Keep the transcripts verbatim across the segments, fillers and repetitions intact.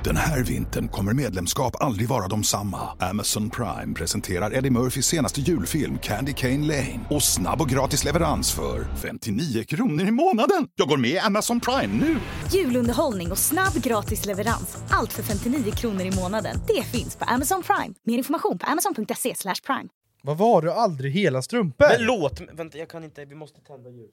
Den här vintern kommer medlemskap aldrig vara de samma. Amazon Prime presenterar Eddie Murphys senaste julfilm Candy Cane Lane. Och snabb och gratis leverans för femtionio kronor i månaden. Jag går med i Amazon Prime nu. Julunderhållning och snabb gratis leverans. Allt för femtionio kronor i månaden. Det finns på Amazon Prime. Mer information på amazon punkt se slash prime. Vad var du aldrig hela strumpor? Men låt, vänta jag kan inte, vi måste tända ljus.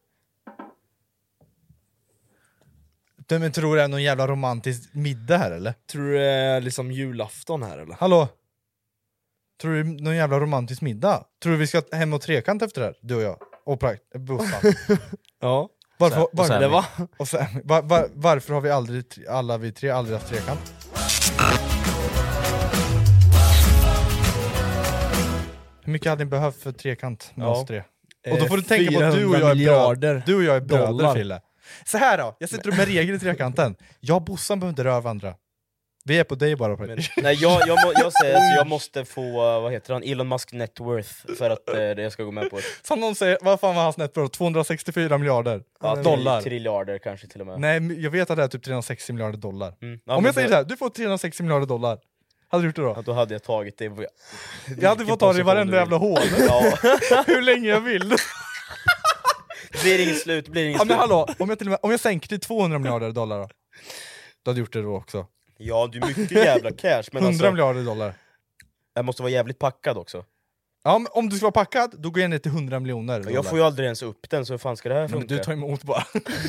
Du men tror det är någon jävla romantisk middag här eller? Tror du det är liksom julafton här eller? Hallå? Tror du det är någon jävla romantisk middag? Tror du vi ska hem och trekant efter det här? Du och jag. Och prakt- bussan. Ja. Varför, Och varför, det va? och sen, var, var, varför har vi aldrig, alla vi tre aldrig haft trekant? Hur mycket hade ni behövt för trekant med Ja. oss tre? Och då får du tänka på att du och fyrahundra jag är miljarder bröder. Du och jag är bröder, dollar. Fille. Så här då, jag sätter upp en regel i trekanten. Jag och Bossan behöver inte röra varandra. Vi är på dig bara. På Men, nej jag, jag, må, jag säger alltså, jag måste få, uh, vad heter han, Elon Musk net worth för att uh, jag ska gå med på det. Som någon säger, vad fan var hans netto? tvåhundrasextiofyra miljarder Ja, dollar. Triljarder kanske till och med. Nej, jag vet att det är typ trehundrasextio miljarder dollar. Mm. Om Ja, men jag säger då- så här, du får trehundrasextio miljarder dollar. Hade du gjort det då? Ja, då hade jag tagit det. Jag hade fått ta det i varenda jävla hål. Ja. Hur länge jag vill. Det blir inget slut, blir inget Ja men slut. hallå, om jag, till och med, om jag sänker till tvåhundra miljarder dollar då? Du hade gjort det då också. Ja, det är mycket jävla cash, men hundra alltså, miljarder dollar. jag måste vara jävligt packad också. Ja, men om du ska vara packad, då går jag ner till hundra miljoner dollar. Jag får ju aldrig ens upp den, så hur fan ska det här Nej, men funka? du tar emot bara.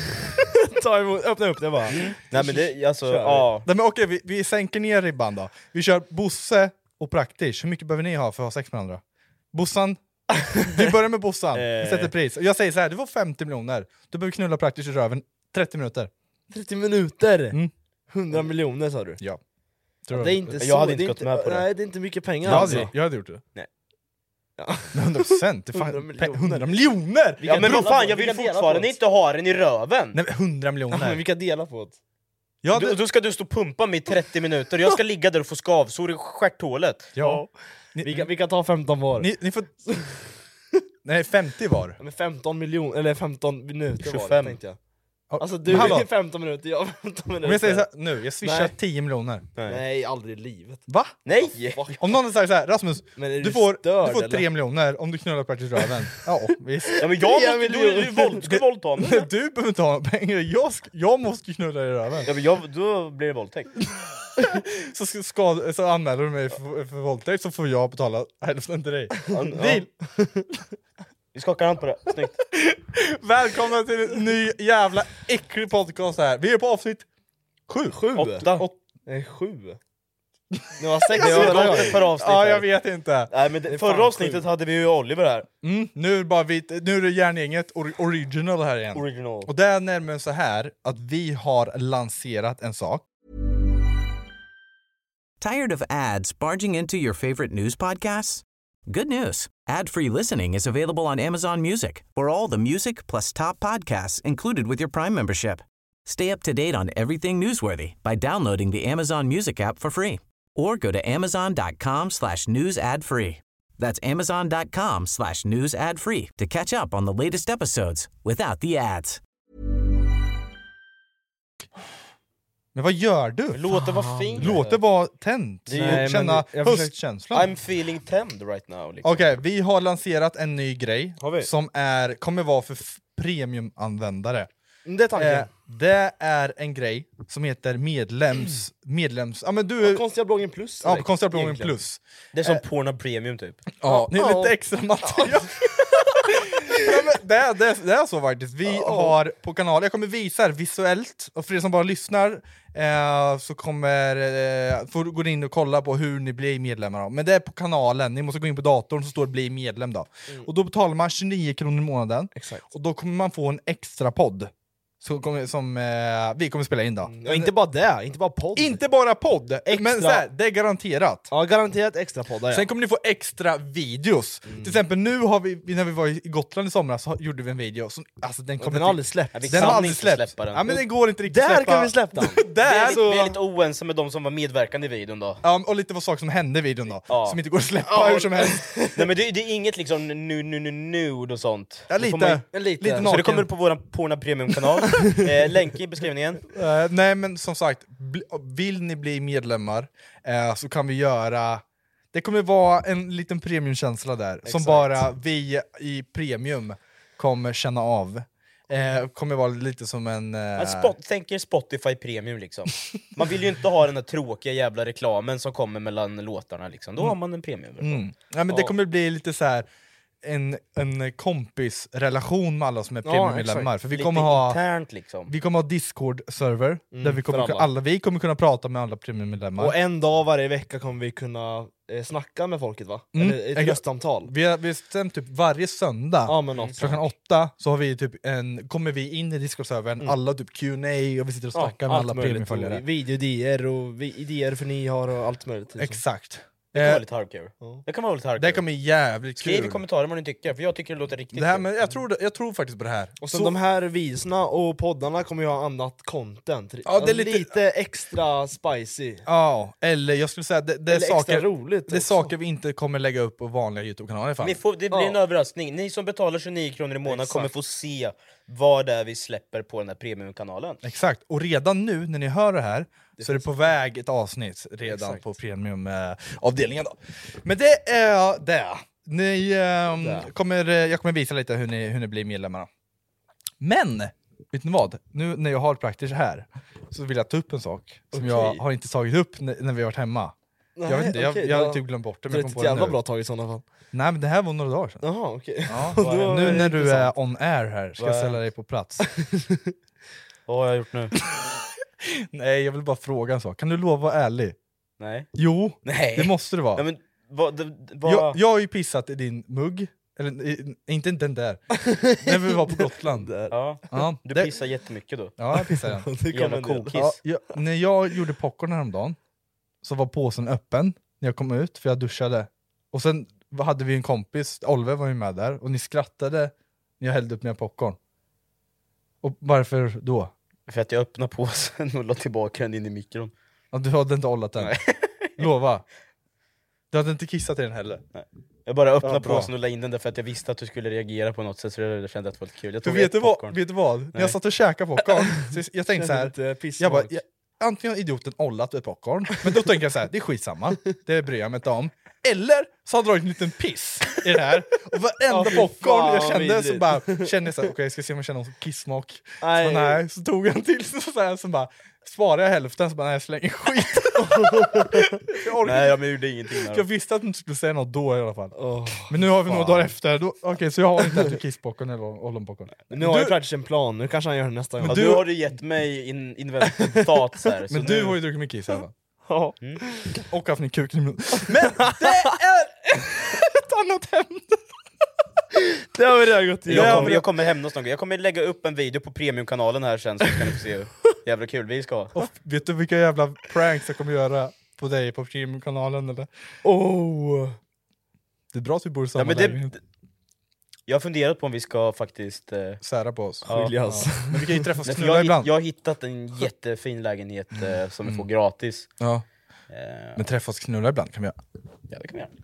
Ta emot, öppna upp det bara. Nej men det, alltså, Kör. ja. Nej, men okej, vi, vi sänker ner ribban då. Vi kör Bosse och Praktisch. Hur mycket behöver ni ha för att ha sex med andra? Bossan, vi börjar med Bossan. Vi sätter pris. Jag säger så här, du får femtio miljoner. Du behöver knulla Praktisch i röven trettio minuter. trettio minuter? Mm. hundra miljoner sa du? Ja. Ja, det är inte Jag så, hade inte det är gått med på det. Nej, det är inte mycket pengar Jag alltså. hade, jag hade gjort det. Nej. Ja. hundra procent. Det är fan hundra pe- miljoner. hundra miljoner! Ja men vad dela fan, på- jag vi vill kan dela på fortfarande det. inte ha den i röven. Nej men hundra Ja, miljoner. men vi kan dela på det. Ja, Du, det, då ska du stå och pumpa mig i trettio minuter, jag ska ligga där och få skavsår i stjärthålet. ja. Ni, Vi kan, vi kan ta femton var. ni, ni får... Nej, femtio var. Ja, men femton miljoner, eller femton minuter var det, tjugofem. tänkte jag. Ja, Alltså du men hallå, är femton minuter, jag femton minuter. om jag säger så här, nu, jag swishar Nej. tio miljoner. Nej. Nej, aldrig i livet. Va? Nej! Fuck. Om någon säger så här, Rasmus, Men är du du får, störd, du får eller? tre miljoner om du knullar Praktisch röven. Ja, visst. Ja men jag Tre måste, du, du, miljoner. våld, ska du våldta mig? Du behöver inte ha pengar, jag, sk- jag måste knulla i röven. Ja men jag, då blir det våldtäkt. Så, ska, ska, så anmäler du mig för, för våldtäkt så får jag betala hälften till dig. Deal! Vi skakar hand på det, snyggt. Välkomna till en ny jävla äcklig podcast här. Vi är på avsnitt sju. Sju? Åtta. Åt, Nej, sju. Det var sex Det har förra gått ett par avsnitt ja, här. jag vet inte. Nej men det, Det är förra fan avsnittet sjukt. hade vi ju Oliver här. Mm, nu, är det bara vi, nu är det järngänget or, original här igen. Original. Och det är nämligen så här att vi har lanserat en sak. Tired of ads barging into your favorite news podcasts? Good news. Ad-free listening is available on Amazon Music for all the music plus top podcasts included with your Prime membership. Stay up to date on everything newsworthy by downloading the Amazon Music app for free or go to amazon.com slash news ad free. That's amazon.com slash news ad free to catch up on the latest episodes without the ads. Men vad gör du? Låt det vara fint. Låt det vara tänt. Det är- Och Nej, men känna jag försöker- höstkänslan. I'm feeling temd right now liksom. Okej, vi har lanserat en ny grej Har vi? som är, kommer vara för f- premiumanvändare. Det är tanken. Eh, det är en grej som heter medlems... medlems ja, men du är... Konstiga bloggen plus. Ja, på Konstiga bloggen egentligen. plus. Det är som Pornhub Premium typ. Ja, det är Ja. lite extra material. Ja, men det, är- det, är- det är så faktiskt. Vi har på kanalen, jag kommer visa er visuellt, och för er som bara lyssnar eh, så kommer eh, får gå in och kolla på hur ni blir medlemmar då. Men det är på kanalen, ni måste gå in på datorn så står det bli medlem då. Och då betalar man tjugonio kronor i månaden. Exakt. Och då kommer man få en extra podd som, kommer, som eh, vi kommer spela in då. Ja, inte bara det, inte bara podd. Inte bara podd, Extra. men så här, det är garanterat. Ja, garanterat extra poddar, ja. Sen kommer ni få extra videos. Till exempel nu har vi, när vi var i Gotland i somras så gjorde vi en video som, alltså den Och kommer den har aldrig släppt. Ja, vi den kan har aldrig inte släppt. släppa den. Ja, men den går inte riktigt Där släppa. kan vi släppa den. Vi är, Där lite, så... vi är lite oense med de som var medverkande i videon då. Ja, och lite vad saker som hände i videon då. Ja. Som inte går att släppa Ja. hur som helst. Nej men det, det är inget liksom nu nu nu nude och sånt. Ja, Då får lite. man- Lite. Lite Så naken. det kommer på våran Pornhub Premium-kanal. eh, länk i beskrivningen. Uh, nej men som sagt, bli, vill ni bli medlemmar uh, så kan vi göra... Det kommer vara en liten premiumkänsla där, Exakt. som bara vi i premium kommer känna av. Eh, kommer vara lite som en... Eh... Spot, tänker Spotify Premium liksom. Man vill ju inte ha den där tråkiga jävla reklamen som kommer mellan låtarna liksom. Då mm. har man en premium. Mm. Ja, men ja. Det kommer bli lite så här en, en kompisrelation med alla som är premiummedlemmar. Ja, för vi kommer ha internt liksom. Vi kommer ha Discord-server mm, där vi kommer, alla. alla vi kommer kunna prata med alla premiummedlemmar. Och en dag varje vecka kommer vi kunna eh, snacka med folket, va? Mm. Eller ett röstsamtal. Vi har bestämt typ varje söndag ja, men något klockan åtta så har vi typ en, kommer vi in i Discord-servern, mm. alla typ Q and A och vi sitter och snackar ja, med alla premiumföljare. Videoidéer och idéer för ni har och allt möjligt. Liksom. Exakt. Det kan vara lite hardcore. Mm. Det kan vara lite hardcore. Det kommer jävligt kul. Skriv i kommentarer vad ni tycker, för jag tycker det låter riktigt det här, men jag, tror, jag tror faktiskt på det här. Och sen så, de här videorna och poddarna kommer ju ha annat content. Ja, det är lite, lite extra spicy. Ja, eller jag skulle säga det, det är saker, roligt det är saker vi inte kommer lägga upp på vanliga YouTube-kanaler. Ni får, det blir ja. en överraskning. Ni som betalar tjugonio kronor i månaden kommer få se vad det är vi släpper på den här premiumkanalen. Exakt, och redan nu när ni hör det här det så är det på väg ett avsnitt redan Exakt. på premiumavdelningen då. Men det är det. Ni, um, det. Kommer, jag kommer visa lite hur ni, hur ni blir medlemmar. Men, vet ni vad? Nu när jag har praktiskt här så vill jag ta upp en sak som okay. jag har inte tagit upp när, när vi har varit hemma. Nej, jag vet inte, okay, jag, jag har typ glömt bort det. Men det är ett jävla bra tag i sådana fall. Nej, men det här var några dagar sedan. Jaha, okej. Okay. Ja, nu när du är on air här ska jag ställa dig på plats. Vad har jag gjort nu? Nej, jag vill bara fråga en sak. Kan du lova att vara ärlig? Nej. Jo, Nej. Det måste det vara. Ja, men, va, det, va... Jag, jag har ju pissat i din mugg. Eller i, inte den där. När vi var på Gotland. Ja. Ja, du det... pissar jättemycket då. Ja, jag pissar den. Jävla kokiss. Ja, jag, när jag gjorde popcorn häromdagen så var påsen öppen när jag kom ut, för jag duschade. Och sen hade vi en kompis, Oliver var ju med där, och ni skrattade när jag hällde upp mina popcorn. Och varför då? För att jag öppnade påsen och la tillbaka den in i mikron. Ja, du hade inte ollat den. Nej. Lova. Du hade inte kissat i den heller. Nej. Jag bara öppnade ja, påsen och la in den där för att jag visste att du skulle reagera på något sätt, så jag kände att det var lite kul. Jag tog vet, du vad, vet du vad? Nej. När jag satt och käkade popcorn så jag tänkte så här, jag bara, jag, antingen har idioten ollat ett popcorn, men då tänker jag så här, det är skitsamma, det bryr jag mig inte om. Eller så har jag dragit en liten piss i det här. Och varenda oh, popcorn jag kände så bara, kände jag så här, okej okay, jag ska se om jag känner någon kissmak. Så, bara, nej, så tog jag en till så, så, här, så bara, sparade jag hälften så bara, nej jag slänger skit. jag nej, jag gjorde ingenting där. Jag visste att du inte skulle säga något då i alla fall. Oh, men nu har vi några dagar efter. Okej, okay, så jag har inte ätit kisspopcorn eller ollonpopcorn. Nu har du... jag praktiskt en plan, nu kanske han gör det nästa gång. Men du... Ja, du har du gett mig in, inventat thoughts här. Men nu... du har ju druckit mycket kiss i alla fall. Ja. Mm. Och haft min kuk i munnen. Men det är ett annat ämne. Det har vi redan gått igenom. Jag kommer, jag kommer hämnas någon gång. Jag kommer lägga upp en video på premiumkanalen här sen, så kan ni få se hur jävla kul vi ska ha. Och vet du vilka jävla pranks jag kommer göra på dig på premiumkanalen eller? Oh. Det är bra att vi bor i samma ja, men det, det, Jag har funderat på om vi ska faktiskt eh, sära på oss. Ja, ja. Men vi kan ju träffas och knulla jag, ibland. Jag har hittat en jättefin lägenhet eh, som vi får gratis. Ja. Eh, Men träffas och knulla ibland kan vi göra. Ja, det kan vi göra.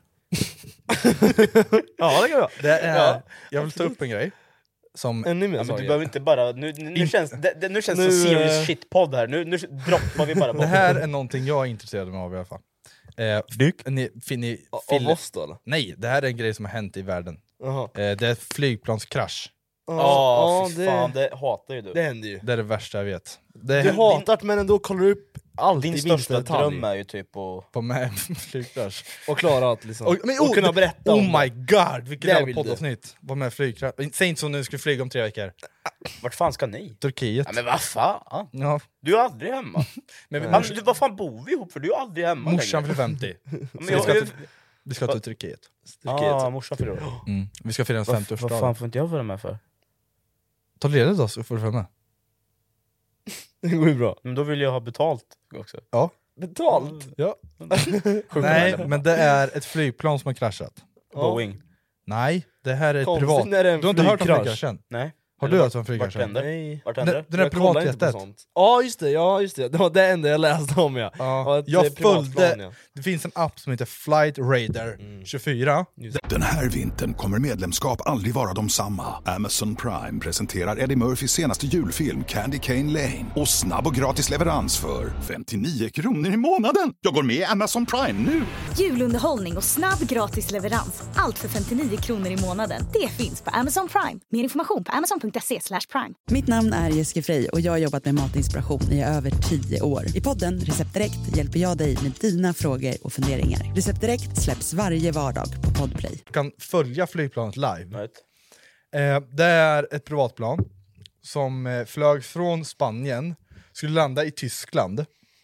Ja, det kan vi göra. Det är, ja. Jag vill ta upp en grej. Som, en ja, men du behöver inte bara... Nu, nu, nu känns det, det nu känns nu, så serious uh, shit-podd här. Nu, nu droppar vi bara bort. Det här är någonting jag är intresserad av i alla fall. Eh, Dyk? Ni, ni, av oss då eller? Nej, det här är en grej som har hänt i världen. Uh-huh. Eh, det är flygplanskrasch. Ja, oh, oh, fy fan, det... det hatar ju du. Det händer ju. Det är det värsta jag vet. Det du hatar det, men ändå kollar du upp allt. Din största dröm är ju typ att... På med flygkrasch. Och klara allt liksom. Och, men, oh, och kunna berätta oh om my god, vilket jävla poddavsnitt. Var med flygkrasch. Säg inte så nu, ska flyga om tre veckor. Vart fan ska ni? Turkiet. Ja, men vad fan? Ja. Du är aldrig hemma. Men, men, men, vad fan bor vi ihop för? Du är aldrig hemma. Morsan för femtio. Men vi, ska till, vi ska till Turkiet. Ja, ah, morsan för då. Mm. Vi ska fira en femtioårsdag. Vad fan får inte jag vara med för? Ta ledigt då så får du följa med. Det går ju bra. Men då vill jag ha betalt också. Ja. Betalt? Ja. Nej, men det är ett flygplan som har kraschat. Boeing. Nej, det här är ett Konstigt privat. När det är en du har inte hört om flygkrasch. flygkraschen? Nej. Har Eller du vart- haft en flygkrasch? Vart händer? Nej. Vart händer Den, det? den där Jag kollar inte på privatjetet. sånt. Ja just det, ja just det. Det var det enda jag läste om ja. Ja. ett, Jag eh, privatplan, följde, ja. det finns en app som heter Flight Radar tjugofyra. Den här vintern kommer medlemskap aldrig vara de samma. Amazon Prime presenterar Eddie Murphys senaste julfilm Candy Cane Lane. Och snabb och gratis leverans för femtionio kronor i månaden. Jag går med i Amazon Prime nu! Julunderhållning och snabb gratis leverans. Allt för femtionio kronor i månaden. Det finns på Amazon Prime. Mer information på amazon.se slash prime. Mitt namn är Jessica Frey och jag har jobbat med matinspiration i över tio år. I podden Recept Direkt hjälper jag dig med dina frågor och funderingar. Recept Direkt släpps varje vardag på Podplay. Du kan följa flygplanet live. Right. Eh, det är ett privatplan som eh, flög från Spanien, skulle landa i Tyskland.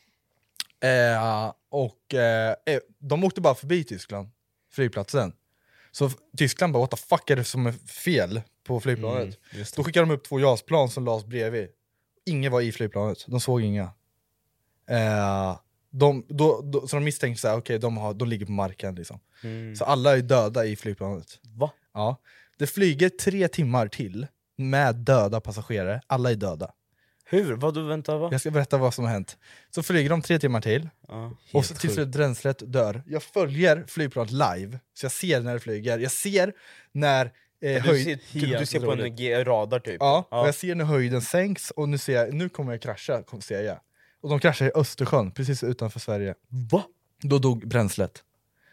Eh, och eh, eh, de åkte bara förbi Tyskland, flygplatsen. Så f- Tyskland bara, what the fuck är det som är fel på flygplanet? Mm, just det. Då skickade de upp två JAS-plan som lades bredvid. Ingen var i flygplanet, de såg inga. Eh, de, då, då, så de misstänkte såhär, okej de, har, de ligger på marken liksom. Mm. Så alla är döda i flygplanet. Va? Ja. Det flyger tre timmar till med döda passagerare, alla är döda. Hur? Vad du väntar va? Jag ska berätta vad som har hänt. Så flyger de tre timmar till, Ja. och så till slut bränslet dör. Jag följer flygplanet live, så jag ser när det flyger. Jag ser när eh, Du höjd... ser, typ, du ser på en G- radar typ? Ja, Ja. och jag ser när höjden sänks, och nu ser jag, nu kommer jag krascha, kom- ser jag. Och de kraschar i Östersjön, precis utanför Sverige. Va? Då dog bränslet.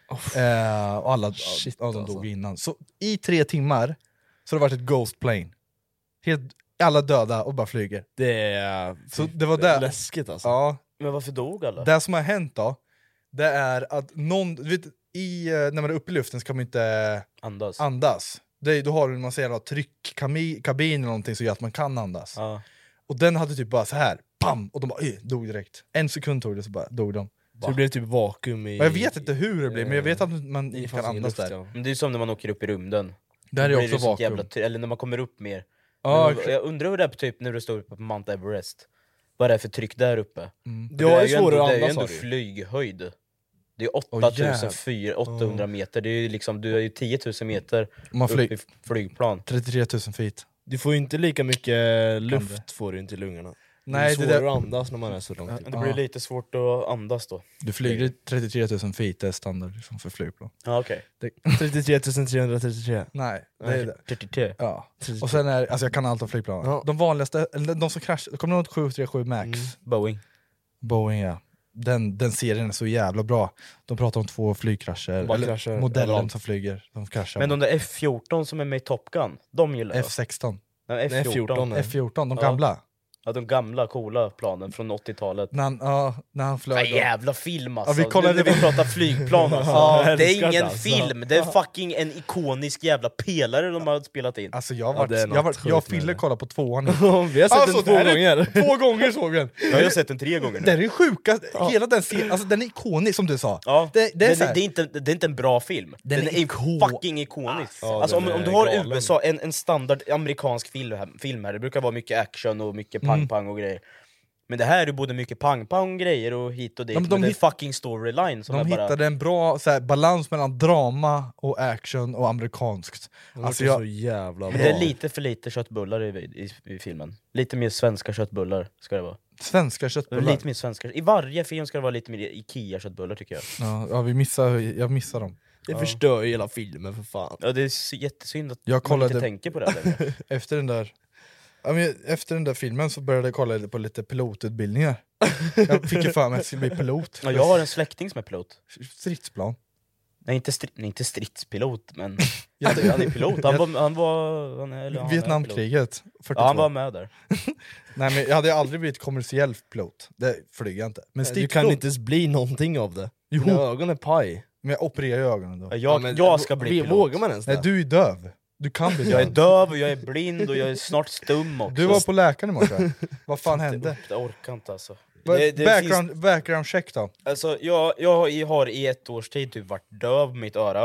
Eh, och alla Shit, ja, de alltså. dog innan. Så i tre timmar så har det varit ett ghost plane. Helt, alla döda och bara flyger. Det är Så det var där. läskigt alltså. Ja, Men varför dog alla? det som har hänt då, det är att någon, du vet, i, eh, när man är uppe i luften så kan man inte Andas? andas. Det är, då har du, man säger, tryckkabin eller någonting som gör att man kan andas. Ja. Och den hade typ bara så här, pam, och de bara, "Oj", dog direkt. En sekund tog det, så bara dog de. Så det blev typ vakuum i... Och jag vet inte hur det blir, men jag vet att man det inte fanns kan ingen andas luft, där. ja. Men det är som när man åker upp i rymden. Det här Då är blir också det sånt vakuum. jävla ty- eller när man kommer upp mer. Ja, Men jag undrar hur det är på typ när du står uppe på Mount Everest. Vad det är för tryck där uppe. Mm. Det är ju ju ändå, svårare det att är ju andas ändå har du ju. flyghöjd. Det är Åh, åtta tusen jävlar. fyrahundra meter. Det är ju liksom, du är ju tio tusen meter Man upp flyg- i flygplan. trettiotre tusen feet. Du får ju inte lika mycket det. luft får du inte i lungorna. Nej, det är det svårare där, att andas när man är så långt Men upp. det blir Ja. lite svårt att andas då. du flyger i trettiotre tusen feet, det är standard liksom, för flygplan. Ja okej. trettiotre tusen trehundratrettiotre. Nej, det är det. trettiotre. Ja. Och sen är, alltså jag kan allt om flygplan. Ja. De vanligaste, eller de som kraschar, kommer du ihåg sju tre sju Max? Mm. Boeing. Boeing, ja. Den, den serien är så jävla bra. De pratar om två flygkrascher, Bara eller kraschar modellen överallt. som flyger, de kraschar. Men de där F fjorton som är med i Top Gun, de gillar jag. F sexton, Nej, F F fjorton. fjorton. F fjorton, de Ja. gamla. Ja, de gamla coola planen från åttiotalet. När han, ja, när han flög. Vad jävla film alltså. Ja, vi kollade nu när vi på- pratar flygplan alltså. Ja, Det är älskar ingen det, alltså. film, det är fucking en ikonisk jävla pelare de har spelat in. Alltså jag Ja, var, det är jag, något var, jag och sjukt med Fille det. kollade på tvåan. Vi har sett Alltså, den två det här är- gånger. Två gånger såg vi den! Jag har sett den tre gånger nu. Den är sjuka, hela den serien, alltså den är ikonisk som du sa. Ja, Det- det är det, så här- det, är inte, det är inte en bra film. Den, Den är är ikon- fucking ikonisk. Ja, alltså om, den om är du har galen. U S A, en, en standard amerikansk film, film här, det brukar vara mycket action och mycket pang-pang och grejer. Men det här är ju både mycket pang-pang grejer och hit och dit, Ja, men men de det är hitt- fucking storyline som De är bara... hittade en bra så här, balans mellan drama och action och amerikanskt. Den Alltså låter jag, så jävla bra. Men det är lite för lite köttbullar i, i, i filmen. Lite mer svenska köttbullar ska det vara. svenska köttbullar. Lite mer svenska. I varje film ska det vara lite mer Ikea-köttbullar tycker jag. Ja, ja, vi missar, jag missar dem. Det förstör ju hela filmen för fan. Ja, det är så jättesynd att Jag man kollade- inte tänker på det längre. Efter den där ja, men efter den där filmen så började jag kolla på lite pilotutbildningar. Jag fick ju för mig att jag skulle bli pilot. Ja, jag har en släkting som är pilot. Stridsplan. Nej, inte, stri- nej, inte stridspilot, men Jag- han, han är pilot. Han var... Han var han, eller, han är pilot. Vietnamkriget, fyrtiotvå. Ja, han var med där. Nej, men jag hade aldrig blivit kommersiell pilot, det flyger jag inte. Men Du kan stridspilot, inte ens bli någonting av det. Jo. Dina ögon är paj. men jag opererar ju ögonen då. Jag, Ja, men- jag ska bli vi- pilot. Vågar man ens det? Nej, du är döv. Du kan bli Jag är döv. döv, och jag är blind och jag är snart stum också. Du var på läkaren i morse. Vad fan hände? Jag orkar inte alltså. Vad- Det, det background, finns, background check då. alltså jag, jag har i ett års tid typ varit döv på mitt öra.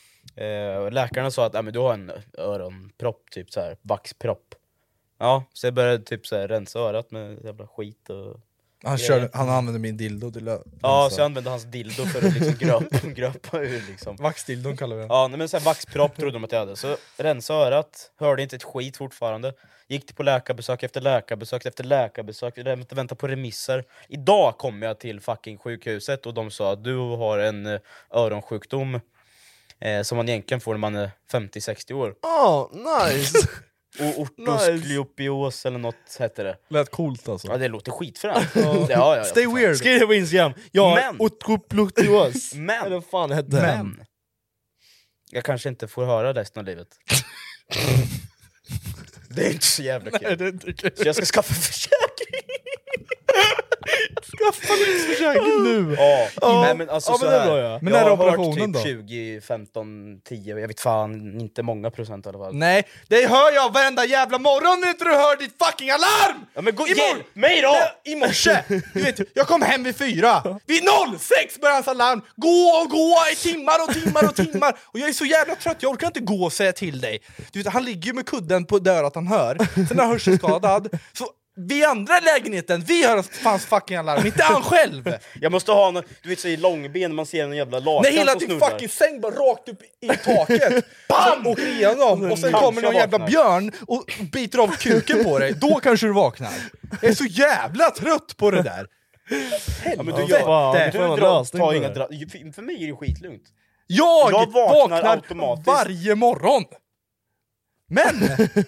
Eh, läkarna sa att äh, men du har en öronpropp, typ så här vaxpropp. Ja, så jag började typ så här rensa örat med jävla skit och Han, kör, han använder min dildo till lö- Ja, så jag använde hans dildo för att liksom gröpa, gröpa ur liksom. Vaxdildon kallar vi den. Ja, men så här vaxpropp trodde de att jag hade. Så rensa örat, hörde inte ett skit fortfarande. Gick på läkarbesök efter läkarbesök efter läkarbesök, vänta på remisser. Idag kom jag till fucking sjukhuset och de sa att du har en eh, öronsjukdom eh, som man egentligen får när man är femtio sextio år. Oh, nice! Och ortoskleopios eller något heter det. Lät coolt alltså. Ja, det låter skitfränt. ja, ja, ja, Stay weird. Skriv det på Instagram. Jag Men- har otroplotios. Men- Eller vad fan det hette. Men jag kanske inte får höra resten av livet. Det är inte så jävla kul. Nej, det är inte kul. Så jag ska skaffa försäkring. Skaffa livsförsäkring nu! Ja, Ja. nej, men alltså Ja, så men det är här. bra, ja. Men jag när är har hört operationen typ då? tjugo, femton, tio, jag vet fan, inte många procent i alla fall. Nej, det hör jag varenda jävla morgon när inte du hör ditt fucking alarm! Ja, men gå, Imorgon- hjälp mig då! Nej, I morse! Du vet, jag kom hem vid fyra. Vid noll sex började hans alarm. Gå och gå i timmar och timmar och timmar. Och jag är så jävla trött, jag orkar inte gå och säga till dig. Du vet, han ligger ju med kudden på dörren att han hör. Sen är han hörselskadad. Så vi andra i lägenheten, vi hör hans fucking alarm, inte han själv. Jag måste ha någon, du vet så i långben man ser en jävla lakan När hela som din snurrar. fucking säng bara rakt upp i taket. Bam! Åker igenom. Och sen Kanske kommer någon jävla vaknar. björn och biter av kuken på dig. Då kanske du vaknar. Jag är så jävla trött på det där. Ja, men du Helvete. gör, Du du får en drar, lösning ta på inga det. dra, för, för mig är det skitlugnt. Jag, Jag vaknar vaknar, automatiskt. varje morgon. Men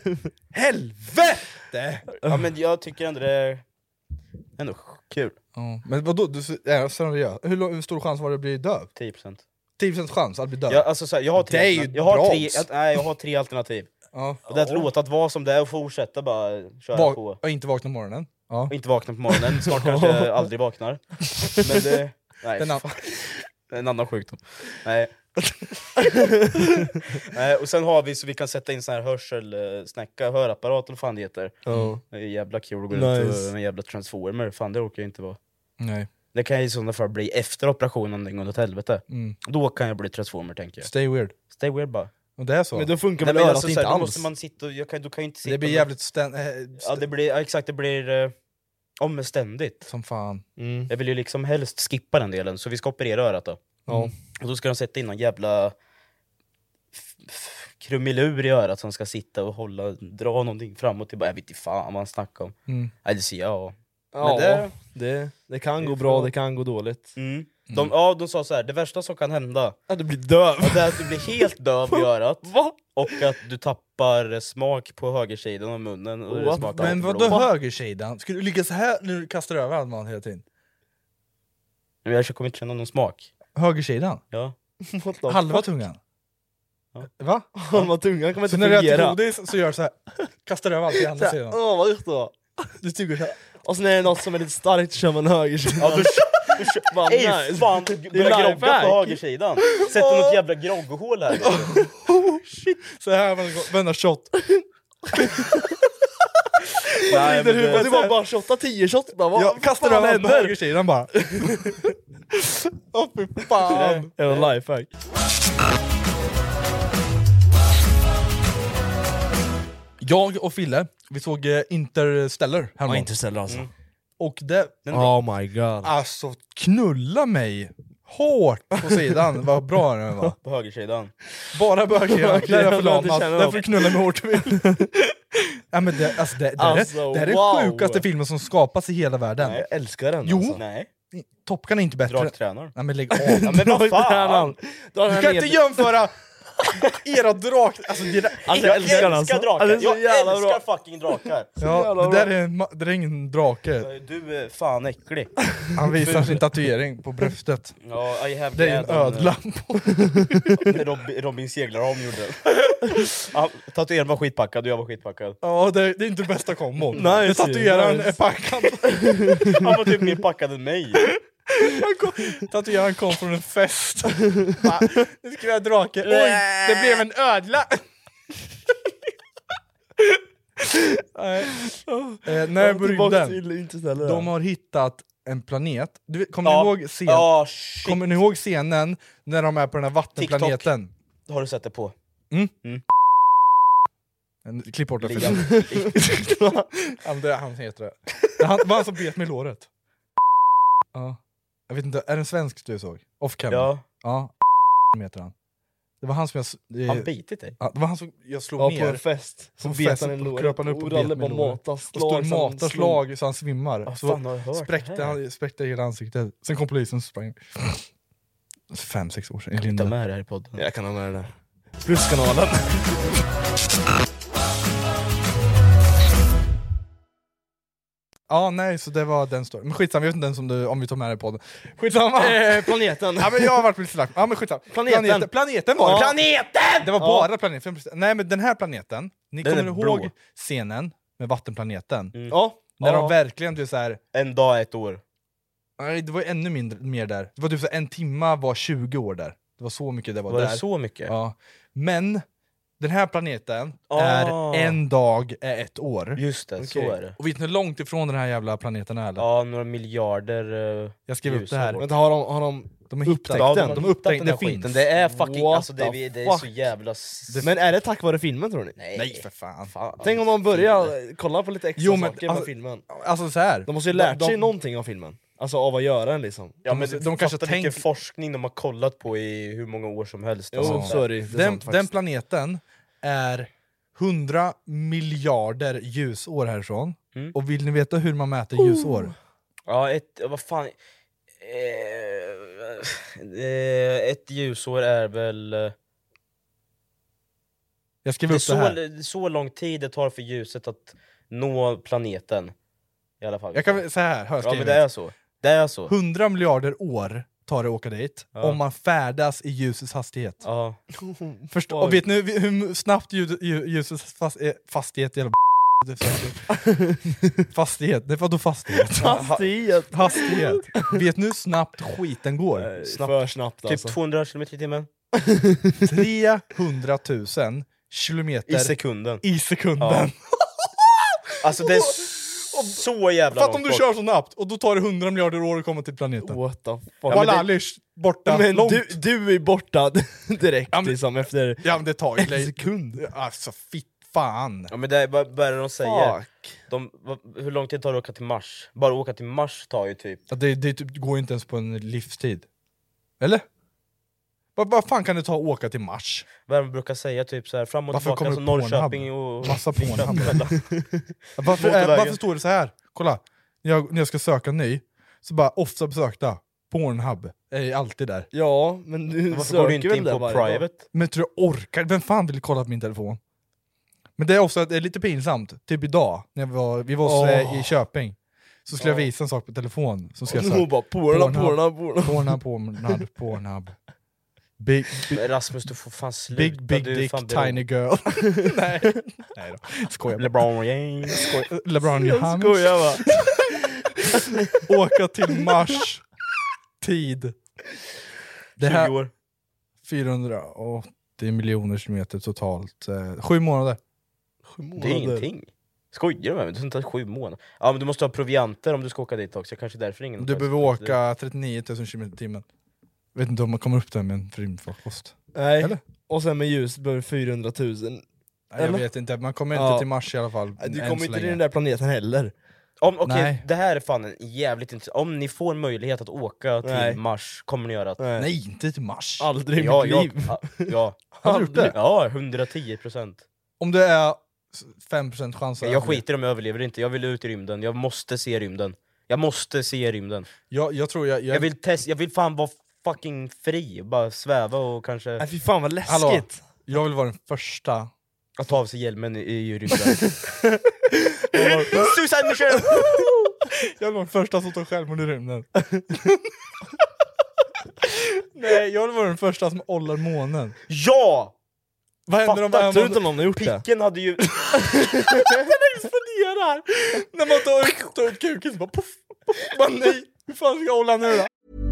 helvete! Ja, men jag tycker ändå det är ändå kul. Ja, men vadå, du är seriös? Hur, lång- hur stor chans var det att bli döv? tio procent. tio procent chans att bli döv? Jag, alltså, så här, jag har tre, Det är ju alternativ. jag har bra tre, odds. jag, nej, jag har tre alternativ. Ja. Och det är att låta att vara som det är och fortsätta bara köra Va- på. och inte vakna på morgonen? Ja. Och inte vakna på morgonen, snart kanske jag aldrig vaknar. Men det... Nej, Den an- fan. Det är en annan sjukdom. Nej. Nej, och sen har vi så vi kan sätta in sån här hörselsnäcka, hörapparat eller fan det heter. Ja. Det är jävla kul att gå Nice. runt och en jävla transformer, fan det orkar jag inte vara. Nej. Det kan ju i sådana fall bli efter operationen den gången åt helvete. Mm. Då kan jag bli transformer tänker jag. Stay weird. Stay weird bara. Och det är så. Men då funkar Nej, väl men örat alltså, så inte här, då alls? måste man sitta och, jag kan, du kan ju inte sitta det blir med- jävligt stän- äh, Ja det blir, ja, exakt det blir eh, omständigt. som fan. Mm. Jag vill ju liksom helst skippa den delen, så vi ska operera örat då. Ja. Och då ska de sätta in någon jävla f- f- krumelur i örat som ska sitta och hålla, dra någonting fram och tillbaka. Jag vet inte fan vad man snackar om. Mm. Nej det ser jag. Ja, Men det- det, det kan det gå är bra, bra. det kan gå dåligt. Mm. De, ja, de sa så här: det värsta som kan hända Att du blir döv. det är att du blir helt döv i örat. Va? Och att du tappar smak på högersidan av munnen och det What? smakar Men blod. vadå högersidan? Ska du ligga så här när du kastar över all man hela tiden? Men jag kommer inte känna någon smak. Högersidan? Ja. What the Halva fuck? tungan? Ja. Va? Halva tungan kommer Så inte när du äter fungera. godis så gör du så här. Kastar över allt i andra Åh sidan. vad gött då. Du tycker så här. Och sen är det något som är lite starkt så kör man högersidan. Ja, då, Bara, Ey nice. fan, börja grogga lifehack. på högersidan. Sätter något jävla grogghål här. Så här man vänder shot. Nej, men Det, det, var bara shotta tio shot bara. Vad Jag kastar fan över allt på händer? högersidan bara. Åh fy fan. Det var lifehack. Jag och Fille, vi såg eh, Interstellar Ja, häromdagen. inte ställa alltså. Och det, Oh my god. alltså knulla mig hårt på sidan. Vad bra den var. på högersidan. Bara bögar, där är jag förlamad. känner Där något. får du knulla mig hårt du vill. Ja, men det, alltså, det, det, Alltså, är, det här är wow. den sjukaste filmen som skapas i hela världen. Nej. Jag älskar den Jo. alltså. Nej, Top Gun är inte bättre. draktränaren. Nej men lägg av. Ja, men vad fan! Du kan inte jämföra era drak... Alltså, det, där, Alltså, Jag jag älskar den alltså. älskar drakar, Ja, det är så jag jävla älskar bra. fucking drakar. ja, det där är, en, ma- det där är ingen drake. Du är fan äcklig. Han visar sin tatuering på bröstet. Ja, I have Det är en Gaddon, ödla. eh, Robin, Robin Seglarholm gjorde den. Han- Tatueraren var skitpackad och jag var skitpackad. Ja, det, det är inte bästa kombon. Nice, Det tatueraren nice. är packad. Han var typ mer packad än mig. Han kom, tatueraren kom från en fest. Va? Nu ska vi ha drake. Oj, det blev en ödla. Nej. Eh, när på rymden, de har hittat en planet. Du, vet- kommer, Ja. ni ihåg scen, Ja, shit. kommer ni ihåg scenen när de är på den här vattenplaneten? Har du sett det på? En, klipp bort det. Liam. Ja, men det är han som heter det. Det är han, var han som bet mig i låret. Ja. Jag vet inte, är det en svensk du såg? Off-camera? Ja. Ja. Heter han. Det var han som jag... Eh, Han bitit dig. ja, det var han som jag slog Ja, ner. på en fest. Som Så bet fest, han en låret kröp han upp och och bet Ralle med bara låret. matar Och slag. stod så han matar slog. slag så han svimmar. Vad Så fan har jag hört spräckte det här? han, spräckte hela ansiktet. Sen kom polisen och sprang. Fem, sex år sedan. Kan Linda. ta med det här i podden. Jag kan ha med det där. Pluskanalen. Ja, nej, så det var den storyn. Men skitsamma, jag vet inte ens om, du, om vi tar med det i podden. Skitsamma! Eh, planeten. Ja, men jag har varit lite slack. Ja, men skitsamma. Planeten. Planeten, planeten var det. Planeten! Det var Ja. bara planeten. Nej, men den här planeten, ni Den kommer är blå. ihåg scenen med vattenplaneten? Mm. Ja. När ja. de verkligen typ så här. En dag, ett år. Nej, det var ju ännu mindre, mer där. Det var typ så här, en timma var tjugo år där. Det var så mycket det var, Var där. det så mycket? Ja. Men den här planeten Ah. är en dag är ett år. Just det, så Okej. är det. Och vet ni hur långt ifrån den här jävla planeten är? Eller? Ja, några miljarder uh, Jag skrev upp det här. Vänta, har de, har de De har hittat upptäckt den. den? De har upptäckt den här det finns. skiten. Det är fucking, What alltså det, the vi- det är så fuck? jävla... s- Men är det tack vare filmen tror ni? Nej, Nej, för fan. fan. Tänk om de börjar kolla på lite extra Jo, men, saker alltså- med filmen. Alltså så här. De måste ju lärt de, sig de, någonting av filmen. Alltså av att göra den liksom. Ja, men de de, kanske kanske vilken tänk- forskning de har kollat på i hur många år som helst. Jo, Alltså, så är det, det är den, sant, den faktiskt. planeten är hundra miljarder ljusår härifrån. Mm. Och vill ni veta hur man mäter ljusår? Ja, ett... Vad fan... Eh, eh, ett ljusår är väl... eh, Jag skrev Det är upp det här. så, det är så lång tid det tar för ljuset att nå planeten. I alla fall. Jag kan säga här, har jag Ja, skrivit. men det är så. Det är så. hundra miljarder år tar det att åka dit. Ja. Om man färdas i ljusets hastighet. Ja. Först, Oj. och vet ni hur snabbt ljud, ljud, ljusets fast, eh, fastighet jävla fastighet, det var då fastighet. Hastighet! Hastighet. Vet ni hur snabbt skiten går? Snabbt. För snabbt Typ alltså. tvåhundra kilometer i timmen. trehundratusen kilometer I sekunden. i sekunden. Ja. Alltså det är så jävla Fatta om långt du bort. kör så snabbt och då tar det hundra miljarder år att komma till planeten. What the fuck? Ja, Ja, men det- Walalish, borta, men långt. du, du är borta direkt Ja, men- liksom efter Ja men det tar ju en sekund. Alltså fitt fan. Ja men det är vad börjar de säga. Fuck. De, vad, hur lång tid tar det att åka till Mars? Bara åka till Mars tar ju typ... Ja, det, det typ går inte ens på en livstid. Eller? Vad, vad fan kan det ta att åka till Mars? Vad de brukar säga typ så här fram och Varför tillbaka, kommer alltså det Norrköping och... Massa Pornhub. Linköping. Varför, Motorvägen. är, varför står det så här? Kolla, när jag, när jag ska söka ny, så bara ofta besökta. Pornhub är alltid där. Ja, men du Varför går du söker inte väl in där på varje dag? private? Men tror jag orkar? Vem fan vill kolla på min telefon? Men det är också det är lite pinsamt. Typ idag, när vi var, vi var hos, Åh. eh, i Köping, så skulle jag Ja. visa en sak på telefon. Så ska jag Och säga hon bara porna, Pornhub. porna, porna. Pornhub, Pornhub, Pornhub. Big, big, Men Rasmus du får fan sluta. big, big du är dick, fan tiny girl. Nej, nej då. Skojar bara. LeBron James. Skoj- LeBron Jag James. skojar va? Åka till Mars. Tid. Det tjugo här år. fyrahundraåttio miljoner kilometer totalt. Eh, sju månader. Det är ingenting. Skojar du med mig? Det ska ta sju månader. Ja men du måste ha provianter om du ska åka dit också. Kanske därför ingen... Du behöver åka trettionio tusen kilometer i timmen. Vet inte om man kommer upp där med en rymdfarkost. Nej, Eller? och sen med ljus behöver fyrahundratusen. Nej, jag Eller? vet inte, man kommer Ja. inte till Mars i alla fall. Du än kommer så inte till länge. den där planeten heller. Om, okej, Nej. det här är fan en jävligt intressant. Om ni får möjlighet att åka till Nej. Mars, kommer ni göra det? Nej, Nej, inte till Mars. aldrig i Ja, mitt jag, liv. ja, ja. Har du gjort det? Ja, hundratio procent. Om det är fem procent chans att Jag skiter om jag överlever inte, jag vill ut i rymden, jag måste se rymden. Jag måste se rymden. Jag, jag tror jag... jag, Jag vill testa, jag vill fan vara fucking fri, bara sväva och kanske Nej fy fan vad läskigt. Hallå. jag vill vara den första. att ta av sig hjälmen i, i rymden. Suicide mission! Jag vill vara den första som tar självmord i rymden. Nej, jag vill vara den första som ollar månen. Ja! Vad händer om Fattar, tror du man inte någon har gjort det? Picken hade ju... den exploderar? När man tar ut, tar ut kuken så bara poff, poff. Bara nej, hur fan ska jag olla nu då?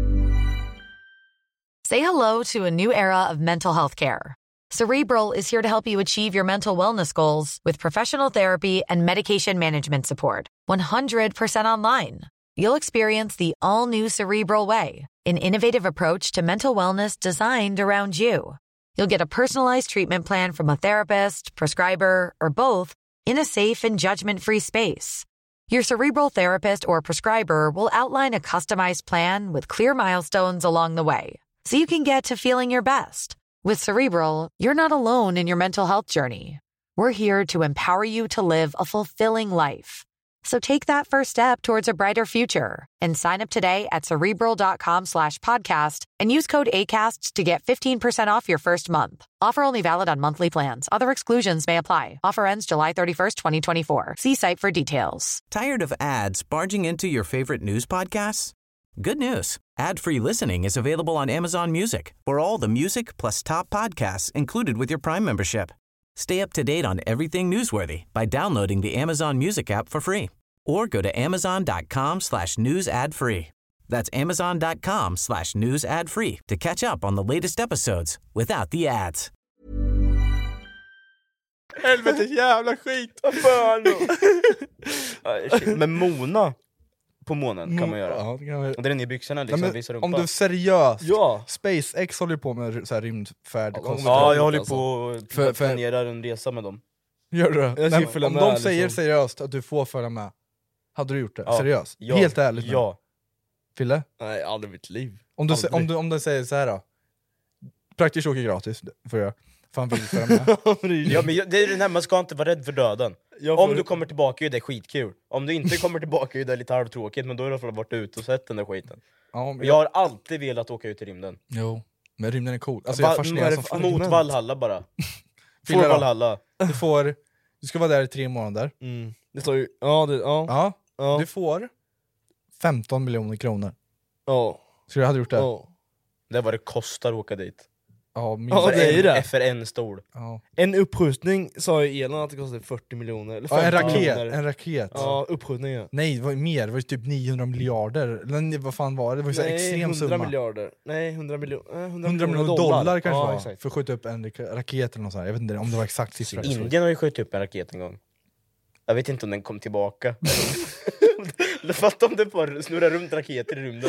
Say hello to a new era of mental health care. Cerebral is here to help you achieve your mental wellness goals with professional therapy and medication management support. one hundred percent online. You'll experience the all-new Cerebral Way, an innovative approach to mental wellness designed around you. You'll get a personalized treatment plan from a therapist, prescriber, or both in a safe and judgment-free space. Your Cerebral therapist or prescriber will outline a customized plan with clear milestones along the way, so you can get to feeling your best. With Cerebral, you're not alone in your mental health journey. We're here to empower you to live a fulfilling life. So take that first step towards a brighter future and sign up today at Cerebral.com slash podcast and use code ACAST to get fifteen percent off your first month. Offer only valid on monthly plans. Other exclusions may apply. Offer ends July thirty-first, twenty twenty-four. See site for details. Tired of ads barging into your favorite news podcasts? Good news. Ad-free listening is available on Amazon Music for all the music plus top podcasts included with your Prime membership. Stay up to date on everything newsworthy by downloading the Amazon Music app for free or go to amazon.com slash news ad free. That's amazon.com slash news ad free to catch up on the latest episodes without the ads. Helvete jävla skit! Men Mona på månen kan man göra. Ja, det kan man... Och det är ner i byxorna liksom, ja, visar rumpa. om du är seriös, Ja. SpaceX håller på med så här rymdfärd. Ja, Ja, jag håller alltså. på För- att för- planera en resa med dem. Gör du det? Jag ska Nej, följa om med, de liksom. säger seriöst att du får följa med, hade du gjort det? Ja. Seriöst? Ja. Helt ärligt nu. Ja. Fille? Nej, aldrig i mitt liv. Om du, Aldrig. om, du, om du säger så här då. Praktiskt åker gratis, får jag. Fan vill följa med. Ja, men det är det här, man ska inte vara rädd för döden. Jag Om får- du kommer tillbaka är det skitkul. Om du inte kommer tillbaka är det lite halvtråkigt, men då är det i alla fall varit ute och sett den där skiten. Ja, men Jag har alltid velat åka ut i rymden. Jo, men rymden är cool. Alltså jag Va- fascineras som fan. mot argument? Valhalla bara. Filler Får då? Valhalla. Du får, du ska vara där i tre månader. Mm. Det står ju... Ja, det... Ja. Ja, Ja. du får femton miljoner kronor. Ja. Så jag hade gjort det? Ja. Det är vad det kostar att åka dit. Ja, min... Ja, det är ju det. För en stol. Ja. En uppskjutning sa ju Elon att det kostade fyrtio miljoner. Eller Ja, en femtio raket, miljoner. en raket. Ja, uppskjutning ja. Nej, det var ju mer, det var ju typ niohundra miljarder. Eller vad fan var det? Det var ju så här Nej, extrem hundra summa. miljarder. Nej, hundra miljoner. Eh, hundra hundra miljoner dollar, kanske ja, var, exakt. för att skjuta upp en rak- raket eller något sånt här. Jag vet inte om det var exakt siffra. Indien har ju skjutit upp en raket en gång. Jag vet inte om den kom tillbaka. Fatta om det bara snurrar runt raketer i rymden.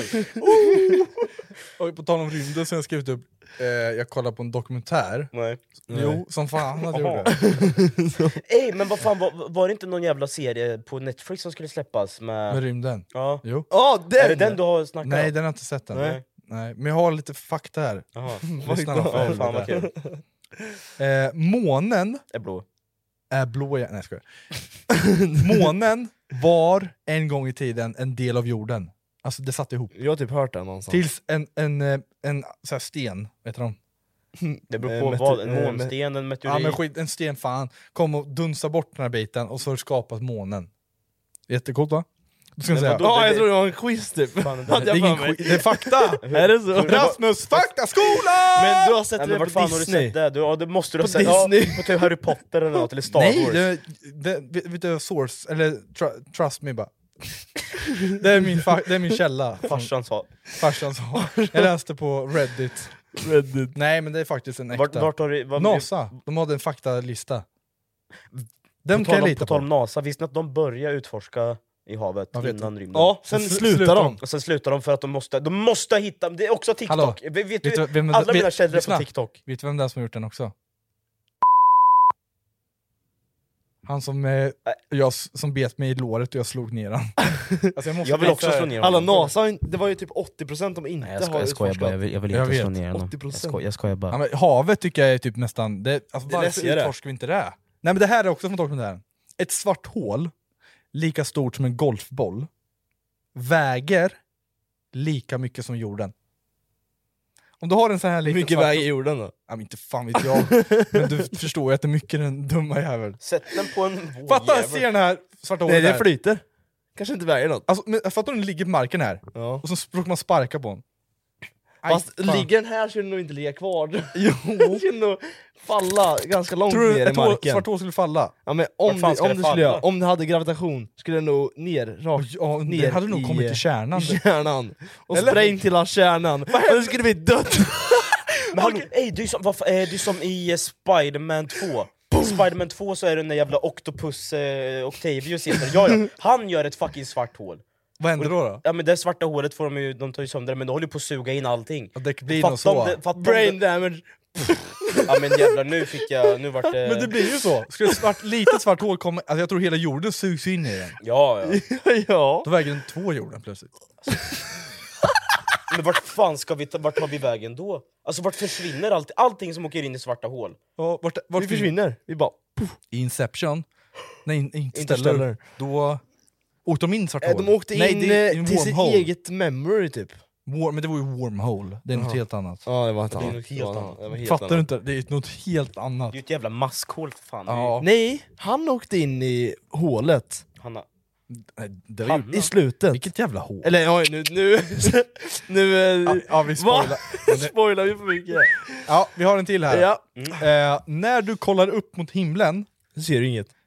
Och på tal om rymden så har jag skrivit upp, eh, jag kollade på en dokumentär. Nej. Jo, som fan hade Jaha. gjort det. Ey, men vad fan, var, var det inte någon jävla serie på Netflix som skulle släppas med... Med rymden. Ja. Jo. Ja, den! Är det den du har snackat Nej, om? den har jag inte sett än. Nej. Nej. Men jag har lite fakta här. Jaha. Lyssnarna får Ja, helvete. fan vad kul. Eh, månen Är blå. är blå igen. Nej, jag skojar. Månen var en gång i tiden en del av jorden. Alltså det satt ihop. Jag har typ hört den någonstans. Tills en, en, eh, en så här sten, vet du de? Det beror Eh, på meteor- vad, en eh, månsten, en meteorit. Ja men skit, en sten fan kom och dunsa bort den här biten och så har det skapat månen. Jättecoolt va? Då ska jag Men säga. vadå? Ja, det- jag tror det var en quiz typ. Fan, det- Hade Det är, jag ingen för mig. skit, det är fakta! Är det så? Rasmus faktaskola! Men du har sett Nej, det men vart på fan har du Disney? sett det? Du, ja, det måste du ha På sett. Ja, Disney. på typ Harry Potter eller något, eller Star Nej, Wars. det, det, vet, vet du, source, eller tr- trust me bara. Det är min, fa- det är min källa. Farsan sa. Farsan sa. Jag läste på Reddit. Reddit. Nej men det är faktiskt en äkta. Vart, vart har du... Vad, NASA, de hade en faktalista. Den på kan tal jag om, lita på på. tal om NASA, visste ni att de börjar utforska i havet Jag vet innan rymden? Ja, sen Sl- slutar slutar de. Och sen slutar de för att de måste, de måste hitta, det är också TikTok. Hallå, vet, vet vet du, du vem- alla vet- mina källor är lyssna. på TikTok. Vet du vem det är som har gjort den också? Han som, eh, jag, s- som bet mig i låret och jag slog ner han. Alltså, jag, måste Jag vill veta- också slå ner Alla honom. NASA, har inte- det var ju typ åttio procent de inte Nej, jag, har skojar, jag skojar utforskat. bara, jag vill, jag vill Jag inte slå vet, ner honom. åttio Jag procent. skojar, jag skojar bara. Ja, men havet tycker jag är typ nästan... Det, alltså, Det är varför läskigare. utforskar vi inte det? Nej men det här är också från dokumentären. Ett svart hål, lika stort som en golfboll, väger lika mycket som jorden. Om du har en sån här Hur liten mycket svart... väger jorden då? Ja, men inte fan vet jag. Men du förstår ju att det är mycket den dumma jävel. Sätt den på en Fatta, vågjävel. se den här svarta Nej, hålet det där. flyter. Kanske inte väger något. Alltså, men, fattar du den ligger på marken här? Ja. Och så brukar man sparka på den. Aj, Fast fan. ligger den här skulle den nog inte ligga kvar. Jo. Den skulle nog falla ganska långt Tror du ner i ett hål, marken. svart hål skulle falla? Ja, men Vart om fan det, ska om det det skulle falla? göra, om det hade gravitation skulle det nog ner, rakt Ja, ner det hade nog i, kommit till kärnan. i kärnan. Och Eller? sprängt hela kärnan. Och det skulle bli dött. Men hallå, ey, det är ju som, vad, fa- eh, det är som i eh, Spider-Man två. I Spider-Man två så är det den där jävla Octopus eh, Octavius heter. Ja, ja, han gör ett fucking svart hål. Vad händer då? då? Ja men det svarta hålet får de ju, de tar ju sönder det, men de håller ju på att suga in allting. Ja, det blir Fatta nog så. om det, fatta om Brain det, damage. Ja men jävlar, nu fick jag, nu vart det... Men det blir ju så. Skulle ett svart, litet svart hål komma, alltså jag tror hela jorden sugs in i den. Ja, ja. ja. Då väger den två jorden plötsligt. Men vart fan ska vi ta, vart tar vi vägen då? Alltså vart försvinner allt, allting som åker in i svarta hål? Och vart, vart Vi försvinner, vi bara... I Inception, nej inte Interstellar. ställer, då åkte de in svarta Äh, hål. de åkte in nej, det är en till sitt wormhole. eget memory typ. War, men det var ju wormhole, det är något Jaha. helt annat. Ja, det var ett Det är annat. något helt Det var- annat. det var helt Fattar annat. du inte? Det är något helt annat. Det är ju ett jävla maskhål för fan. Ja. Nej, han åkte in i hålet. Hanna. Nej, det var ju, Hanna. I slutet. vilket jävla hål. Eller oj, nu... Nu, nu Ja, eh, ja vi spoilar. Va? Spoilar vi för mycket? Ja, vi har en till här. Ja. Eh, när du kollar upp mot himlen Du ser du inget.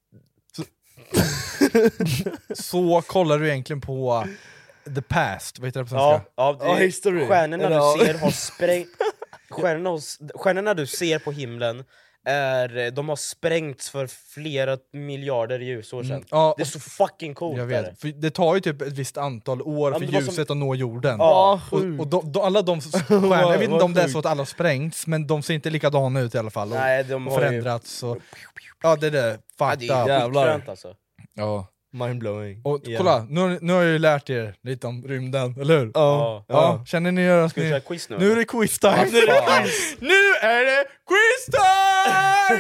så kollar du egentligen på the past. Vad heter det på Ja, svenska? ja, det Ja, är, history. stjärnorna Eller, ja. du ser har sprängt... Stjärnorna, hos- stjärnorna du ser på himlen är, de har sprängts för flera miljarder ljusår sedan. Mm, ja, Det är så fucking coolt. Jag är det. vet, för det tar ju typ ett visst antal år Ja, för men det var ljuset som- att nå jorden. Ja, och och de, de, alla de stjärnor, jag vet inte Vad om det är sjukt. så att alla har sprängts, men de ser inte likadana ut i alla fall. Och, Nej, de och har ju... förändrats. Och, ja, det är det. Ja, Fucked det är up. Jävlar. skitskönt alltså. Ja. Mindblowing. Och Igen. kolla, nu, har- nu har jag ju lärt er lite om rymden, eller hur? Ja. Ja, Ja. känner ni att Ska vi ni... köra quiz nu? Nu är det quiz time! Nu är det fan. quiz! Nu är det quiz time!